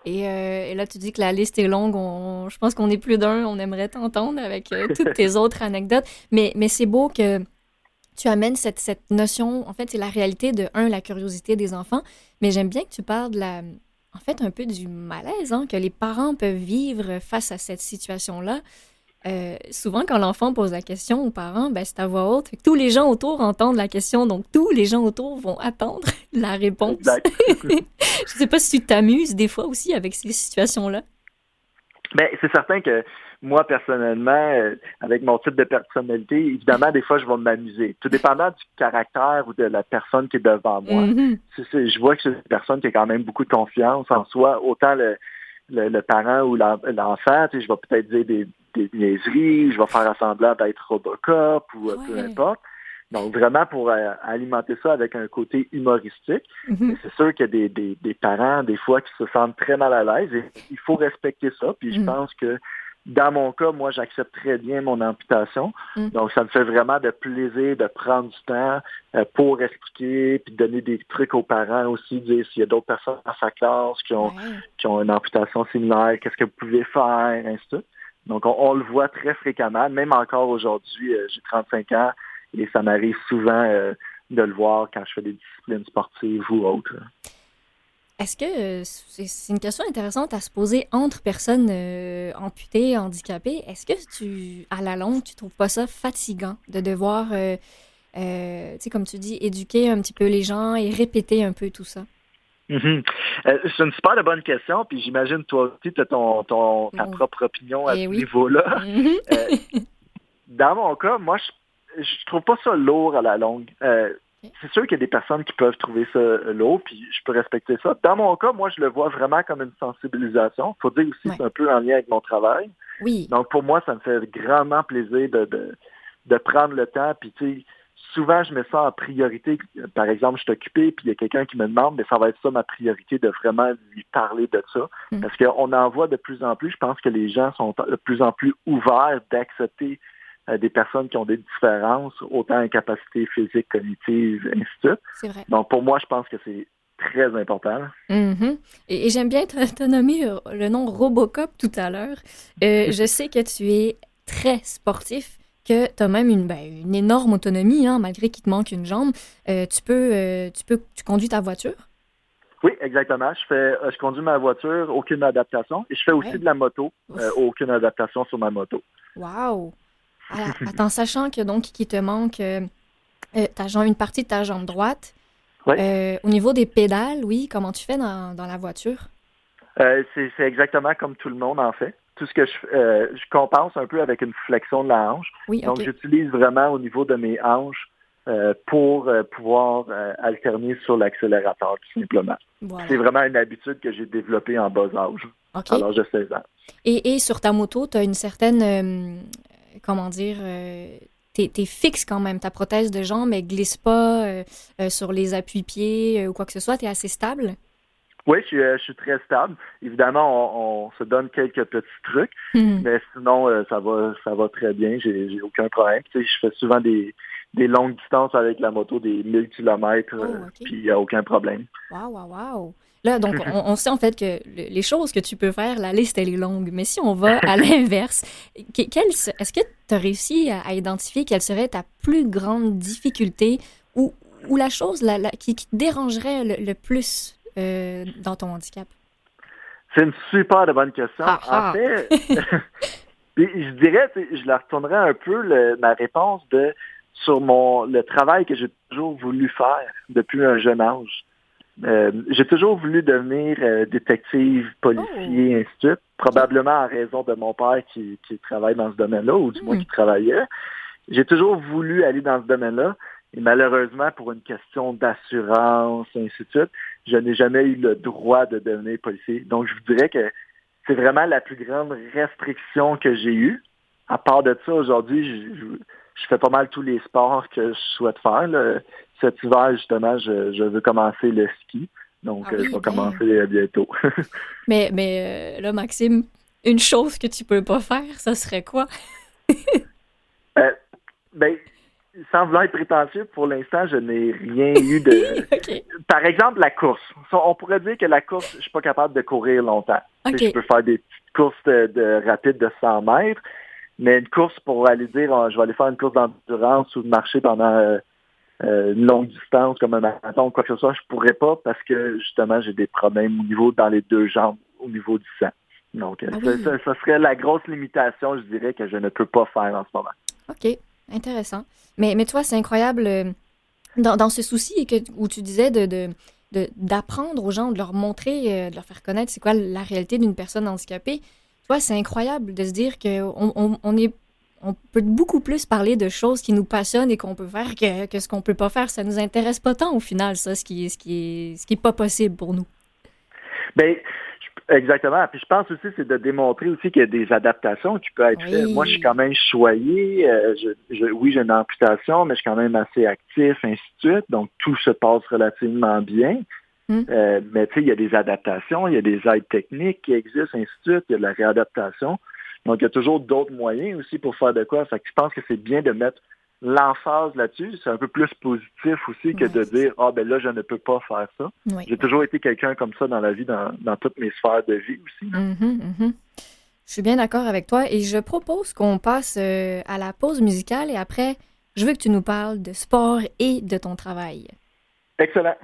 Et là, tu dis que la liste est longue. Je pense qu'on est plus d'un. On aimerait t'entendre avec toutes tes autres anecdotes. Mais c'est beau que tu amènes cette notion. En fait, c'est la réalité de, la curiosité des enfants. Mais j'aime bien que tu parles en fait, un peu du malaise que les parents peuvent vivre face à cette situation-là. Souvent, quand l'enfant pose la question aux parents, c'est à voix haute. Tous les gens autour entendent la question, donc tous les gens autour vont attendre la réponse. Je sais pas si tu t'amuses des fois aussi avec ces situations-là. C'est certain que moi, personnellement, avec mon type de personnalité, évidemment, des fois, je vais m'amuser. Tout dépendant du caractère ou de la personne qui est devant moi. Je vois que c'est une personne qui a quand même beaucoup de confiance en soi, autant le parent ou l'enfant, je vais peut-être dire des niaiseries, je vais faire semblant d'être Robocop ou peu importe. Donc, vraiment pour alimenter ça avec un côté humoristique. C'est sûr qu'il y a des parents, des fois, qui se sentent très mal à l'aise et il faut respecter ça. Puis je pense que dans mon cas, moi, j'accepte très bien mon amputation. Donc, ça me fait vraiment de plaisir de prendre du temps pour expliquer puis donner des trucs aux parents aussi, dire s'il y a d'autres personnes dans sa classe qui ont une amputation similaire, qu'est-ce que vous pouvez faire, ainsi de suite. Donc, on le voit très fréquemment. Même encore aujourd'hui, j'ai 35 ans et ça m'arrive souvent de le voir quand je fais des disciplines sportives ou autres. Est-ce que c'est une question intéressante à se poser entre personnes amputées, handicapées? Est-ce que à la longue, tu trouves pas ça fatigant de devoir, tu sais, comme tu dis, éduquer un petit peu les gens et répéter un peu tout ça? C'est une super bonne question, puis j'imagine toi aussi, tu as ta propre opinion à ce niveau-là. Dans mon cas, moi, je trouve pas ça lourd à la longue. C'est sûr qu'il y a des personnes qui peuvent trouver ça lourd, puis je peux respecter ça. Dans mon cas, moi, je le vois vraiment comme une sensibilisation. Il faut dire aussi que c'est un peu en lien avec mon travail. Oui. Donc, pour moi, ça me fait grandement plaisir de prendre le temps. Puis, tu sais, souvent, je mets ça en priorité. Par exemple, je suis occupé, puis il y a quelqu'un qui me demande, mais ça va être ça ma priorité, de vraiment lui parler de ça. Parce qu'on en voit de plus en plus. Je pense que les gens sont de plus en plus ouverts d'accepter des personnes qui ont des différences, autant incapacités physiques, cognitives, ainsi de suite. C'est vrai. Donc, pour moi, je pense que c'est très important. Et j'aime bien t'as nommé le nom Robocop tout à l'heure. Je sais que tu es très sportif, que tu as même une énorme autonomie, hein, malgré qu'il te manque une jambe. Tu conduis ta voiture? Oui, exactement. Je conduis ma voiture, aucune adaptation. Et je fais aussi de la moto, aucune adaptation sur ma moto. Wow! En sachant que donc qu'il te manque une partie de ta jambe droite, au niveau des pédales, comment tu fais dans la voiture? C'est exactement comme tout le monde en fait. Tout ce que je compense un peu avec une flexion de la hanche. Donc, j'utilise vraiment au niveau de mes hanches pour pouvoir alterner sur l'accélérateur, tout simplement. Voilà. C'est vraiment une habitude que j'ai développée en bas âge, à l'âge de 16 ans. Et sur ta moto, tu as une certaine... t'es fixe quand même. Ta prothèse de jambe, elle glisse pas sur les appuis-pieds ou quoi que ce soit. T'es assez stable? Oui, je suis très stable. Évidemment, on se donne quelques petits trucs, mais sinon, ça va très bien. J'ai aucun problème. Tu sais, je fais souvent des longues distances avec la moto, des 1000 kilomètres, puis il n'y a aucun problème. Wow! Là, donc, on sait en fait que les choses que tu peux faire, la liste, elle est longue. Mais si on va à l'inverse, est-ce que tu as réussi à identifier quelle serait ta plus grande difficulté ou la chose qui te dérangerait le plus dans ton handicap? C'est une super bonne question. En fait, je dirais, je la retournerais un peu ma réponse sur le travail que j'ai toujours voulu faire depuis un jeune âge. J'ai toujours voulu devenir détective, policier, ainsi de suite, probablement en raison de mon père qui travaille dans ce domaine-là, ou du moins qui travaillait. J'ai toujours voulu aller dans ce domaine-là, et malheureusement, pour une question d'assurance, ainsi de suite, je n'ai jamais eu le droit de devenir policier. Donc, je vous dirais que c'est vraiment la plus grande restriction que j'ai eue. À part de ça, aujourd'hui, je fais pas mal tous les sports que je souhaite faire. Là. Cet hiver, justement, je veux commencer le ski. Donc, je vais commencer bientôt. mais là, Maxime, une chose que tu peux pas faire, ça serait quoi? Sans vouloir être prétentieux, pour l'instant, je n'ai rien eu de... Okay. Par exemple, la course. On pourrait dire que la course, je suis pas capable de courir longtemps. Okay. Je peux faire des petites courses de rapides de 100 mètres, mais une course pour aller dire, je vais aller faire une course d'endurance ou de marcher pendant une longue distance, comme un marathon ou quoi que ce soit, je pourrais pas parce que, justement, j'ai des problèmes dans les deux jambes, au niveau du sang. Donc, ça serait la grosse limitation, je dirais, que je ne peux pas faire en ce moment. OK. Intéressant. Mais toi, c'est incroyable dans ce souci où tu disais d'apprendre aux gens, de leur montrer, de leur faire connaître c'est quoi la réalité d'une personne handicapée. Toi, c'est incroyable de se dire qu'on peut beaucoup plus parler de choses qui nous passionnent et qu'on peut faire que ce qu'on peut pas faire. Ça nous intéresse pas tant au final, ça, ce qui est pas possible pour nous. Bien, Exactement. Puis je pense aussi, c'est de démontrer aussi qu'il y a des adaptations qui peuvent être faites. Moi, je suis quand même choyé. Oui, j'ai une amputation, mais je suis quand même assez actif, ainsi de suite. Donc, tout se passe relativement bien. Mais tu sais, il y a des adaptations, il y a des aides techniques qui existent, ainsi de suite. Il y a de la réadaptation. Donc, il y a toujours d'autres moyens aussi pour faire de quoi. Fait que je pense que c'est bien de mettre l'emphase là-dessus. C'est un peu plus positif aussi que de dire « Ah, ben là, je ne peux pas faire ça ». J'ai toujours été quelqu'un comme ça dans la vie, dans toutes mes sphères de vie aussi. Je suis bien d'accord avec toi et je propose qu'on passe à la pause musicale et après, je veux que tu nous parles de sport et de ton travail. Excellent.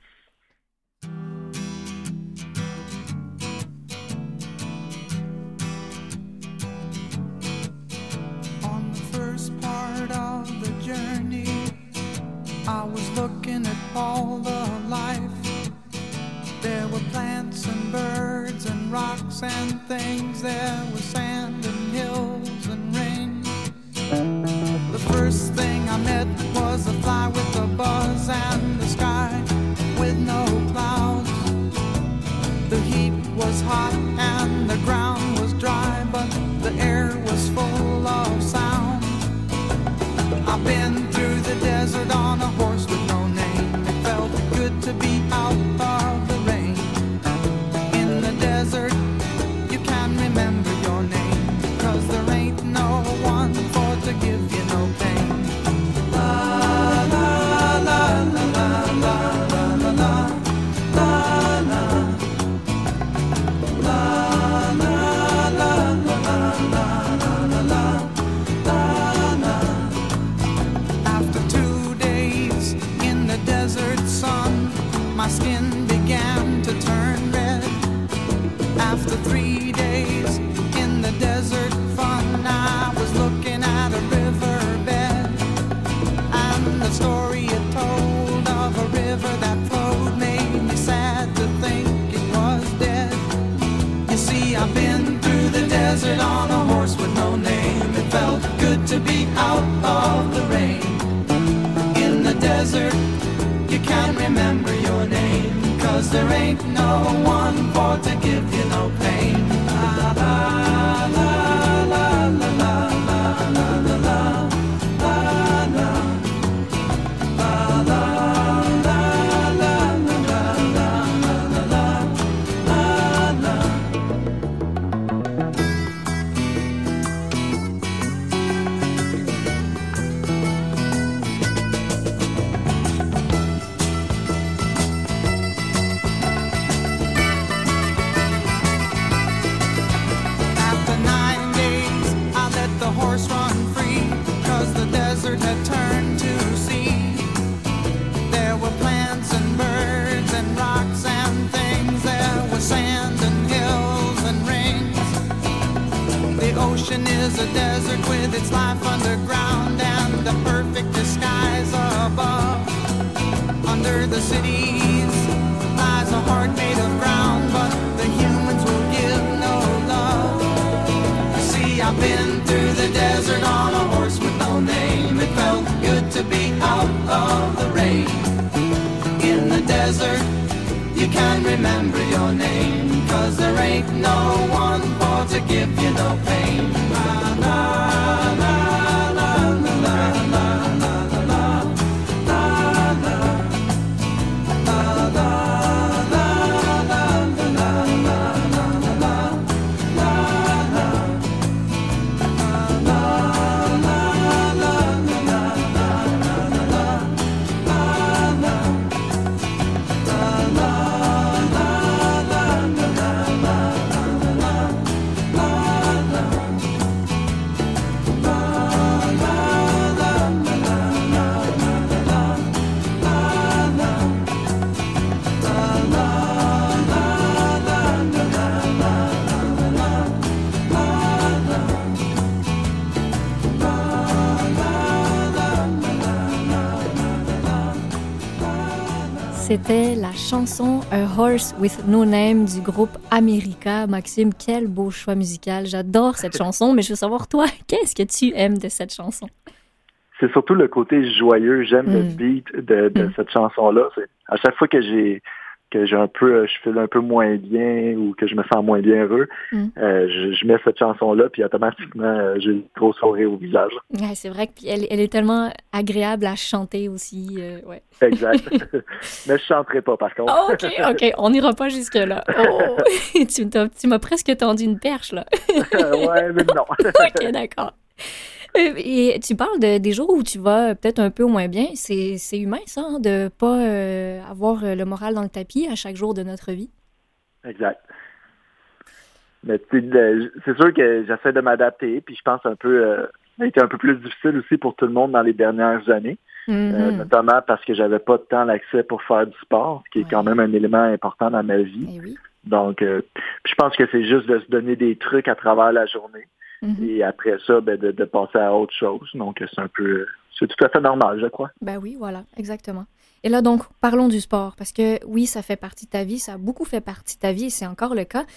I was looking at all the life. There were plants and birds and rocks and things. There was sand and hills and rain. The first thing I met was a fly with a buzz and the sky with no clouds. The heat was hot and the ground was dry, but the air was full of sound. I've been through the desert on a horse with no name. It felt good to be out of the rain. In the desert, you can remember your name, 'cause there ain't no one for to give you no pain. La la la la la la la la la la la la la la la la. My skin began to turn red. After 3 days in the desert fun, I was looking at a riverbed, and the story it told of a river that flowed made me sad to think it was dead. You see, I've been through the desert on a horse with no name. It felt good to be out of the rain. In the desert, you can't remember your name, 'cause there ain't no one for to give you no pain. La la la la la la la la la la la la la la had turned to sea. There were plants and birds and rocks and things. There was sand and hills and rings. The ocean is a desert with its life underground and the perfect disguise above. Under the cities lies a heart made of ground, but the humans will give no love. You see, I've been through the desert on a horse with no name. It felt good to be out of the rain. In the desert, you can remember your name, 'cause there ain't no one for to give you no pain. La la la la la la la la la la la la la. C'était la chanson A Horse with No Name du groupe America. Maxime, quel beau choix musical. J'adore cette chanson, mais je veux savoir, toi, qu'est-ce que tu aimes de cette chanson? C'est surtout le côté joyeux. J'aime le beat de cette chanson-là. À chaque fois que que je file un peu moins bien ou que je me sens moins bien heureux, je mets cette chanson-là, puis automatiquement, j'ai une grosse sourire au visage. Ouais, c'est vrai qu'elle est tellement agréable à chanter aussi. Ouais. Exact. Mais je chanterai pas, par contre. Oh, OK, on n'ira pas jusque-là. Oh, tu m'as presque tendu une perche, là. Ouais, mais non. OK, d'accord. Et tu parles des jours où tu vas peut-être un peu moins bien. C'est humain, ça, hein, de pas avoir le moral dans le tapis à chaque jour de notre vie. Exact. Mais c'est sûr que j'essaie de m'adapter, puis je pense ça a été un peu plus difficile aussi pour tout le monde dans les dernières années, notamment parce que j'avais pas de temps d'accès pour faire du sport, ce qui est quand même un élément important dans ma vie. Eh oui. Donc, je pense que c'est juste de se donner des trucs à travers la journée. Et après ça, de passer à autre chose. Donc, c'est tout à fait normal, je crois. Ben oui, voilà, exactement. Et là, donc, parlons du sport, parce que oui, ça fait partie de ta vie, ça a beaucoup fait partie de ta vie, et c'est encore le cas.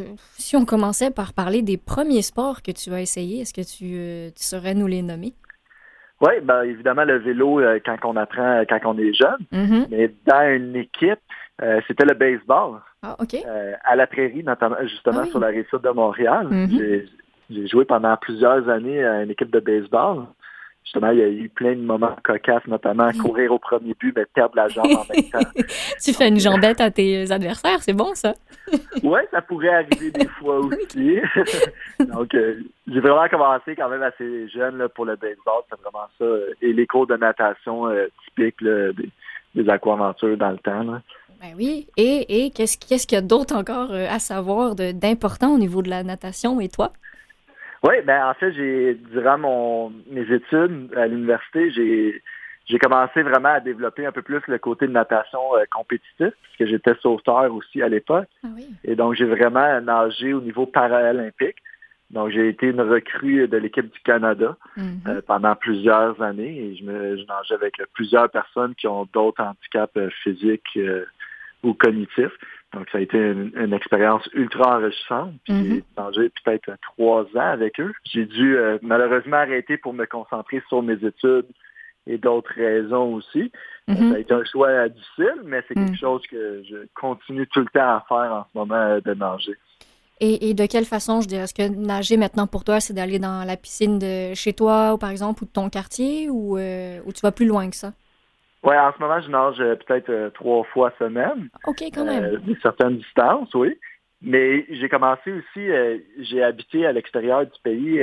Si on commençait par parler des premiers sports que tu as essayés, est-ce que tu saurais nous les nommer? Oui, évidemment, le vélo, quand on apprend, quand on est jeune, mais dans une équipe, c'était le baseball. Ah, OK. À la Prairie, notamment, justement, sur la rive sud de Montréal. J'ai joué pendant plusieurs années à une équipe de baseball. Justement, il y a eu plein de moments cocasses, notamment courir au premier but, mais perdre la jambe en même temps. Tu fais une jambette à tes adversaires, c'est bon, ça? Oui, ça pourrait arriver des fois aussi. Donc, j'ai vraiment commencé quand même assez jeune là, pour le baseball. C'est vraiment ça. Et les cours de natation typiques là, des aquaventures dans le temps. Là. Ben oui. Et qu'est-ce qu'il y a d'autre encore à savoir d'important au niveau de la natation, et toi? Oui, en fait, durant mes études à l'université, j'ai commencé vraiment à développer un peu plus le côté de natation compétitif, puisque j'étais sauveteur aussi à l'époque. Ah oui. Et donc, j'ai vraiment nagé au niveau paralympique. Donc, j'ai été une recrue de l'équipe du Canada pendant plusieurs années et je nageais avec plusieurs personnes qui ont d'autres handicaps physiques ou cognitifs. Donc, ça a été une expérience ultra enrichissante. Puis j'ai nagé peut-être 3 ans avec eux. J'ai dû malheureusement arrêter pour me concentrer sur mes études et d'autres raisons aussi. Ça a été un choix difficile, mais c'est quelque chose que je continue tout le temps à faire en ce moment, de nager. Et de quelle façon, je dirais, est-ce que nager maintenant pour toi, c'est d'aller dans la piscine de chez toi, ou par exemple, ou de ton quartier, ou tu vas plus loin que ça? Oui, en ce moment, je nage peut-être 3 fois semaine. OK, quand même. Certaines distances, oui. Mais j'ai commencé aussi, j'ai habité à l'extérieur du pays,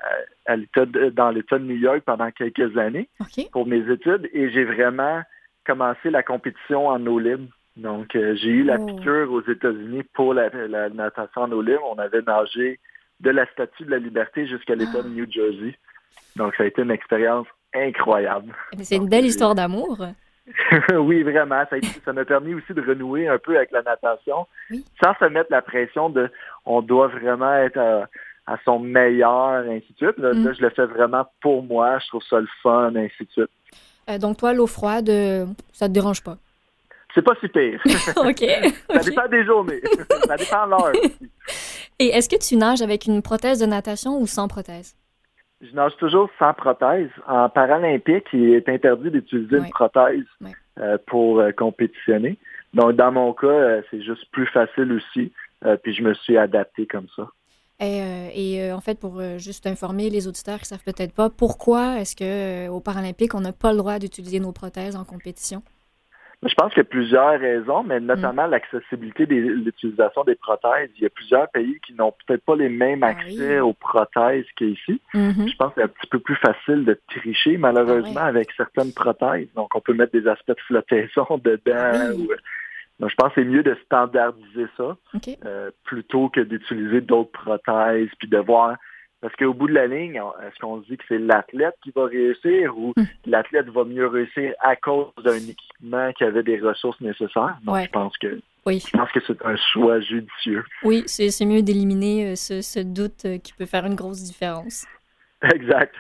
dans l'État de New York pendant quelques années pour mes études, et j'ai vraiment commencé la compétition en eau libre. Donc, j'ai eu la piqûre aux États-Unis pour la natation en eau libre. On avait nagé de la Statue de la Liberté jusqu'à l'État de New Jersey. Donc, ça a été une expérience incroyable. C'est une belle histoire d'amour. Oui, vraiment. Ça m'a permis aussi de renouer un peu avec la natation, sans se mettre la pression de on doit vraiment être à son meilleur, ainsi de suite. Là, je le fais vraiment pour moi. Je trouve ça le fun, ainsi de suite. Donc, toi, l'eau froide, ça te dérange pas? C'est pas si pire. OK. Ça dépend des journées. Ça dépend de l'heure aussi. Et est-ce que tu nages avec une prothèse de natation ou sans prothèse? Je nage toujours sans prothèse. En paralympique, il est interdit d'utiliser une prothèse pour compétitionner. Donc, dans mon cas, c'est juste plus facile aussi. Puis je me suis adapté comme ça. Et en fait, pour juste informer les auditeurs qui ne savent peut-être pas, pourquoi est-ce qu'aux Paralympiques, on n'a pas le droit d'utiliser nos prothèses en compétition? Je pense qu'il y a plusieurs raisons, mais notamment l'accessibilité de l'utilisation des prothèses. Il y a plusieurs pays qui n'ont peut-être pas les mêmes accès aux prothèses qu'ici. Je pense que c'est un petit peu plus facile de tricher, malheureusement, avec certaines prothèses. Donc, on peut mettre des aspects de flottaison dedans. Donc, je pense que c'est mieux de standardiser ça plutôt que d'utiliser d'autres prothèses puis de voir... Parce qu'au bout de la ligne, est-ce qu'on se dit que c'est l'athlète qui va réussir ou l'athlète va mieux réussir à cause d'un équipement qui avait des ressources nécessaires? Donc, je pense que c'est un choix judicieux. Oui, c'est mieux d'éliminer ce doute qui peut faire une grosse différence. Exact.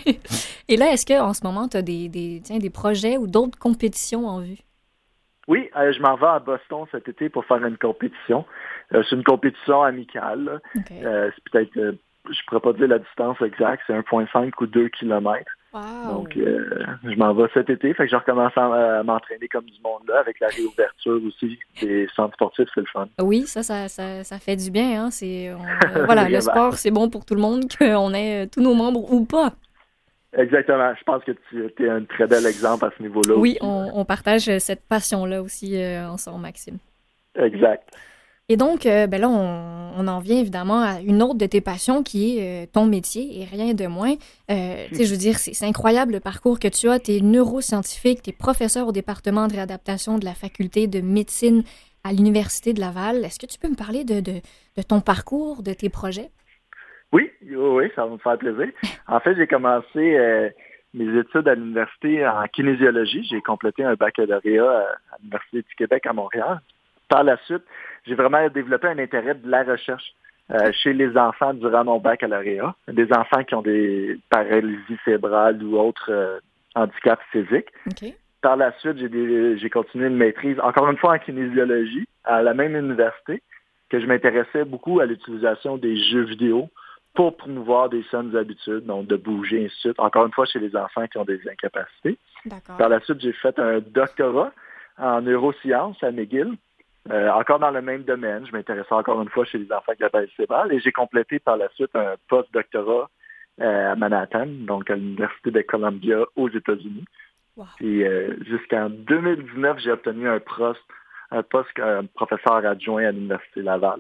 Et là, est-ce qu'en ce moment, tu as des projets ou d'autres compétitions en vue? Oui, je m'en vais à Boston cet été pour faire une compétition. C'est une compétition amicale. C'est peut-être... je ne pourrais pas dire la distance exacte, c'est 1,5 ou 2 kilomètres. Wow. Donc, je m'en vais cet été. Fait que je recommence à m'entraîner comme du monde là, avec la réouverture aussi des centres sportifs, c'est le fun. Oui, ça fait du bien. Hein? Voilà, le sport, c'est bon pour tout le monde, qu'on ait tous nos membres ou pas. Exactement. Je pense que tu es un très bel exemple à ce niveau-là. Oui, aussi. on partage cette passion-là aussi ensemble, Maxime. Exact. Et donc, là, on en vient évidemment à une autre de tes passions qui est ton métier et rien de moins. Tu sais, je veux dire, c'est incroyable le parcours que tu as. Tu es neuroscientifique, tu es professeur au département de réadaptation de la faculté de médecine à l'Université de Laval. Est-ce que tu peux me parler de ton parcours, de tes projets? Oui, ça va me faire plaisir. En fait, j'ai commencé mes études à l'université en kinésiologie. J'ai complété un baccalauréat à l'Université du Québec à Montréal. Par la suite, j'ai vraiment développé un intérêt de la recherche chez les enfants durant mon baccalauréat. Des enfants qui ont des paralysies cérébrales ou autres handicaps physiques. Okay. Par la suite, j'ai continué une maîtrise, encore une fois en kinésiologie, à la même université, que je m'intéressais beaucoup à l'utilisation des jeux vidéo pour promouvoir des saines habitudes, donc de bouger, ainsi de suite. Encore une fois, chez les enfants qui ont des incapacités. D'accord. Par la suite, j'ai fait un doctorat en neurosciences à McGill, encore dans le même domaine. Je m'intéressais encore une fois chez les enfants avec la paralysie cérébrale et j'ai complété par la suite un post-doctorat à Manhattan, donc à l'Université de Columbia aux États-Unis. Wow. Puis jusqu'en 2019, j'ai obtenu un poste comme professeur adjoint à l'Université Laval.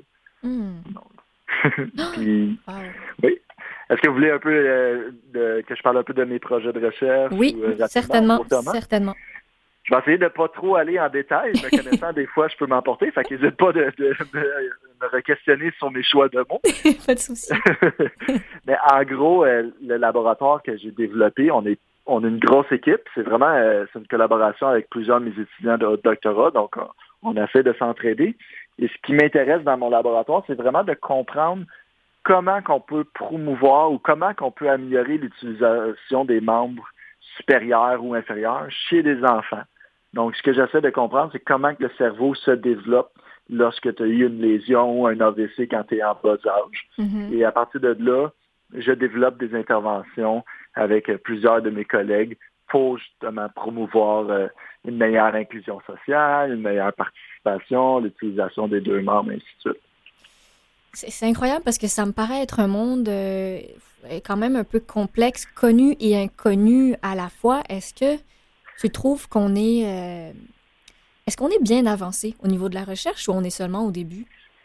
Puis, wow. oui. Est-ce que vous voulez un peu que je parle un peu de mes projets de recherche? Oui, certainement. Je vais essayer de ne pas trop aller en détail. Me connaissant, des fois, je peux m'emporter. Fait qu'hésite pas de me re-questionner sur mes choix de mots. Pas de souci. Mais en gros, le laboratoire que j'ai développé, on a une grosse équipe. C'est vraiment c'est une collaboration avec plusieurs de mes étudiants de doctorat. Donc, on a fait de s'entraider. Et ce qui m'intéresse dans mon laboratoire, c'est vraiment de comprendre comment qu'on peut promouvoir ou comment qu'on peut améliorer l'utilisation des membres supérieurs ou inférieurs chez les enfants. Donc, ce que j'essaie de comprendre, c'est comment que le cerveau se développe lorsque tu as eu une lésion ou un AVC quand tu es en bas âge. Mm-hmm. Et à partir de là, je développe des interventions avec plusieurs de mes collègues pour justement promouvoir une meilleure inclusion sociale, une meilleure participation, l'utilisation des deux membres, ainsi de suite. C'est incroyable parce que ça me paraît être un monde quand même un peu complexe, connu et inconnu à la fois. Est-ce que tu trouves qu'on est... est-ce qu'on est bien avancé au niveau de la recherche ou on est seulement au début?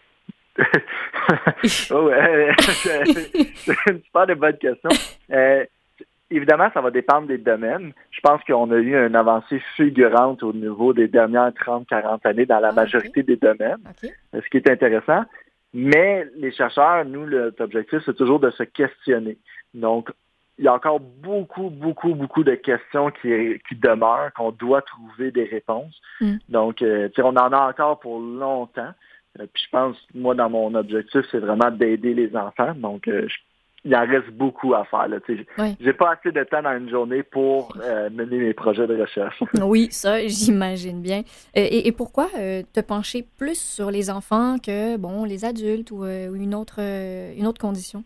C'est une super de bonne question. Évidemment, ça va dépendre des domaines. Je pense qu'on a eu une avancée fulgurante au niveau des dernières 30-40 années dans la majorité des domaines, ce qui est intéressant. Mais les chercheurs, nous, notre objectif, c'est toujours de se questionner. Donc, il y a encore beaucoup de questions qui demeurent, qu'on doit trouver des réponses. Donc, on en a encore pour longtemps. Puis je pense, moi, dans mon objectif, c'est vraiment d'aider les enfants. Donc, il en reste beaucoup à faire. Là, j'ai pas assez de temps dans une journée pour mener mes projets de recherche. Oui, ça, j'imagine bien. Et pourquoi te pencher plus sur les enfants que les adultes ou une autre condition?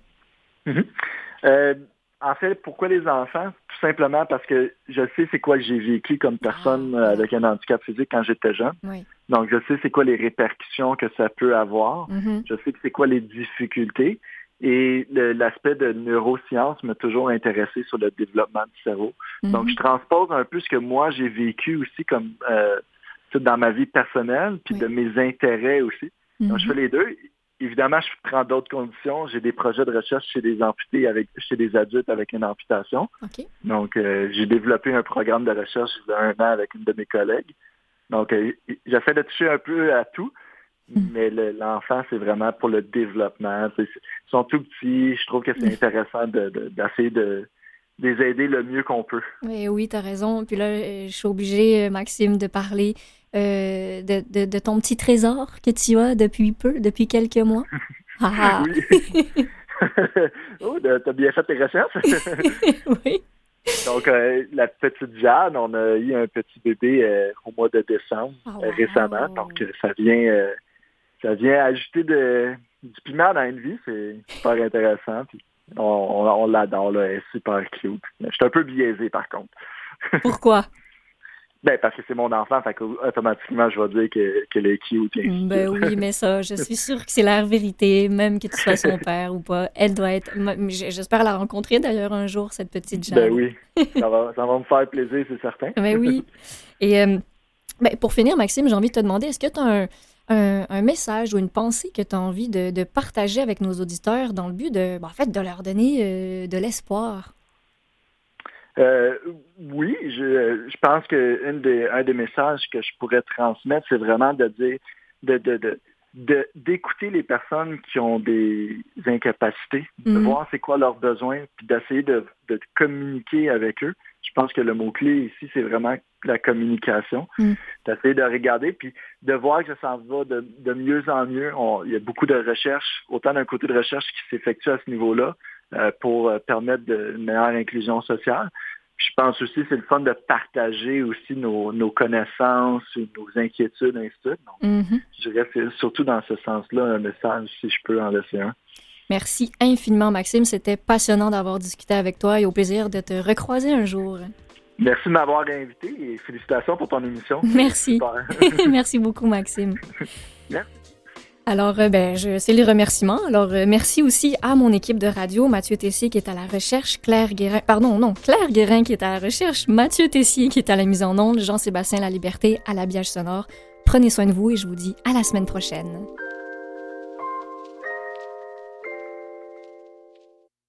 En fait, pourquoi les enfants? Tout simplement parce que je sais c'est quoi que j'ai vécu comme personne avec un handicap physique quand j'étais jeune. Oui. Donc, je sais c'est quoi les répercussions que ça peut avoir. Je sais que c'est quoi les difficultés. Et l'aspect de neurosciences m'a toujours intéressé sur le développement du cerveau. Donc, je transpose un peu ce que moi, j'ai vécu aussi comme dans ma vie personnelle, puis de mes intérêts aussi. Donc, je fais les deux. Évidemment, je prends d'autres conditions. J'ai des projets de recherche chez des amputés, chez des adultes avec une amputation. Okay. Donc, j'ai développé un programme de recherche il y a 1 an avec une de mes collègues. Donc, j'essaie de toucher un peu à tout. Mais l'enfant, c'est vraiment pour le développement. Ils sont tout petits. Je trouve que c'est intéressant d'essayer de les aider le mieux qu'on peut. Oui, tu as raison. Puis là, je suis obligée, Maxime, de parler de ton petit trésor que tu as depuis quelques mois. Oui. Oh, t'as bien fait tes recherches. Oui. Donc, la petite Jeanne, on a eu un petit bébé au mois de décembre récemment. Donc, ça vient ajouter du piment dans une vie. C'est super intéressant. Puis On l'adore, là, elle est super cute. Je suis un peu biaisé, par contre. Pourquoi? Ben, parce que c'est mon enfant, fait qu'automatiquement, je vais dire qu'elle est cute. Ben oui, mais ça, je suis sûre que c'est la vérité, même que tu sois son père ou pas. Elle doit être... J'espère la rencontrer, d'ailleurs, un jour, cette petite Jeanne. Ben oui, ça va me faire plaisir, c'est certain. Ben oui. Et pour finir, Maxime, j'ai envie de te demander, est-ce que tu as un message ou une pensée que tu as envie de partager avec nos auditeurs dans le but de leur donner de l'espoir? Oui, je pense que un des messages que je pourrais transmettre, c'est vraiment de dire d'écouter les personnes qui ont des incapacités, de voir c'est quoi leurs besoins, puis d'essayer de communiquer avec eux. Je pense que le mot-clé ici, c'est vraiment la communication. D'essayer de regarder, puis de voir que ça s'en va de mieux en mieux. Il y a beaucoup de recherches, autant d'un côté de recherche qui s'effectue à ce niveau-là, pour permettre une meilleure inclusion sociale. Puis je pense aussi que c'est le fun de partager aussi nos connaissances, nos inquiétudes, ainsi de suite. Donc, je dirais que c'est surtout dans ce sens-là un message, si je peux en laisser un. Merci infiniment, Maxime. C'était passionnant d'avoir discuté avec toi et au plaisir de te recroiser un jour. Merci de m'avoir invité et félicitations pour ton émission. Merci. Merci beaucoup, Maxime. Merci. Alors, c'est les remerciements. Alors, merci aussi à mon équipe de radio, Mathieu Tessier qui est à la recherche, Claire Guérin qui est à la recherche, Mathieu Tessier qui est à la mise en onde, Jean-Sébastien Laliberté à l'habillage sonore. Prenez soin de vous et je vous dis à la semaine prochaine.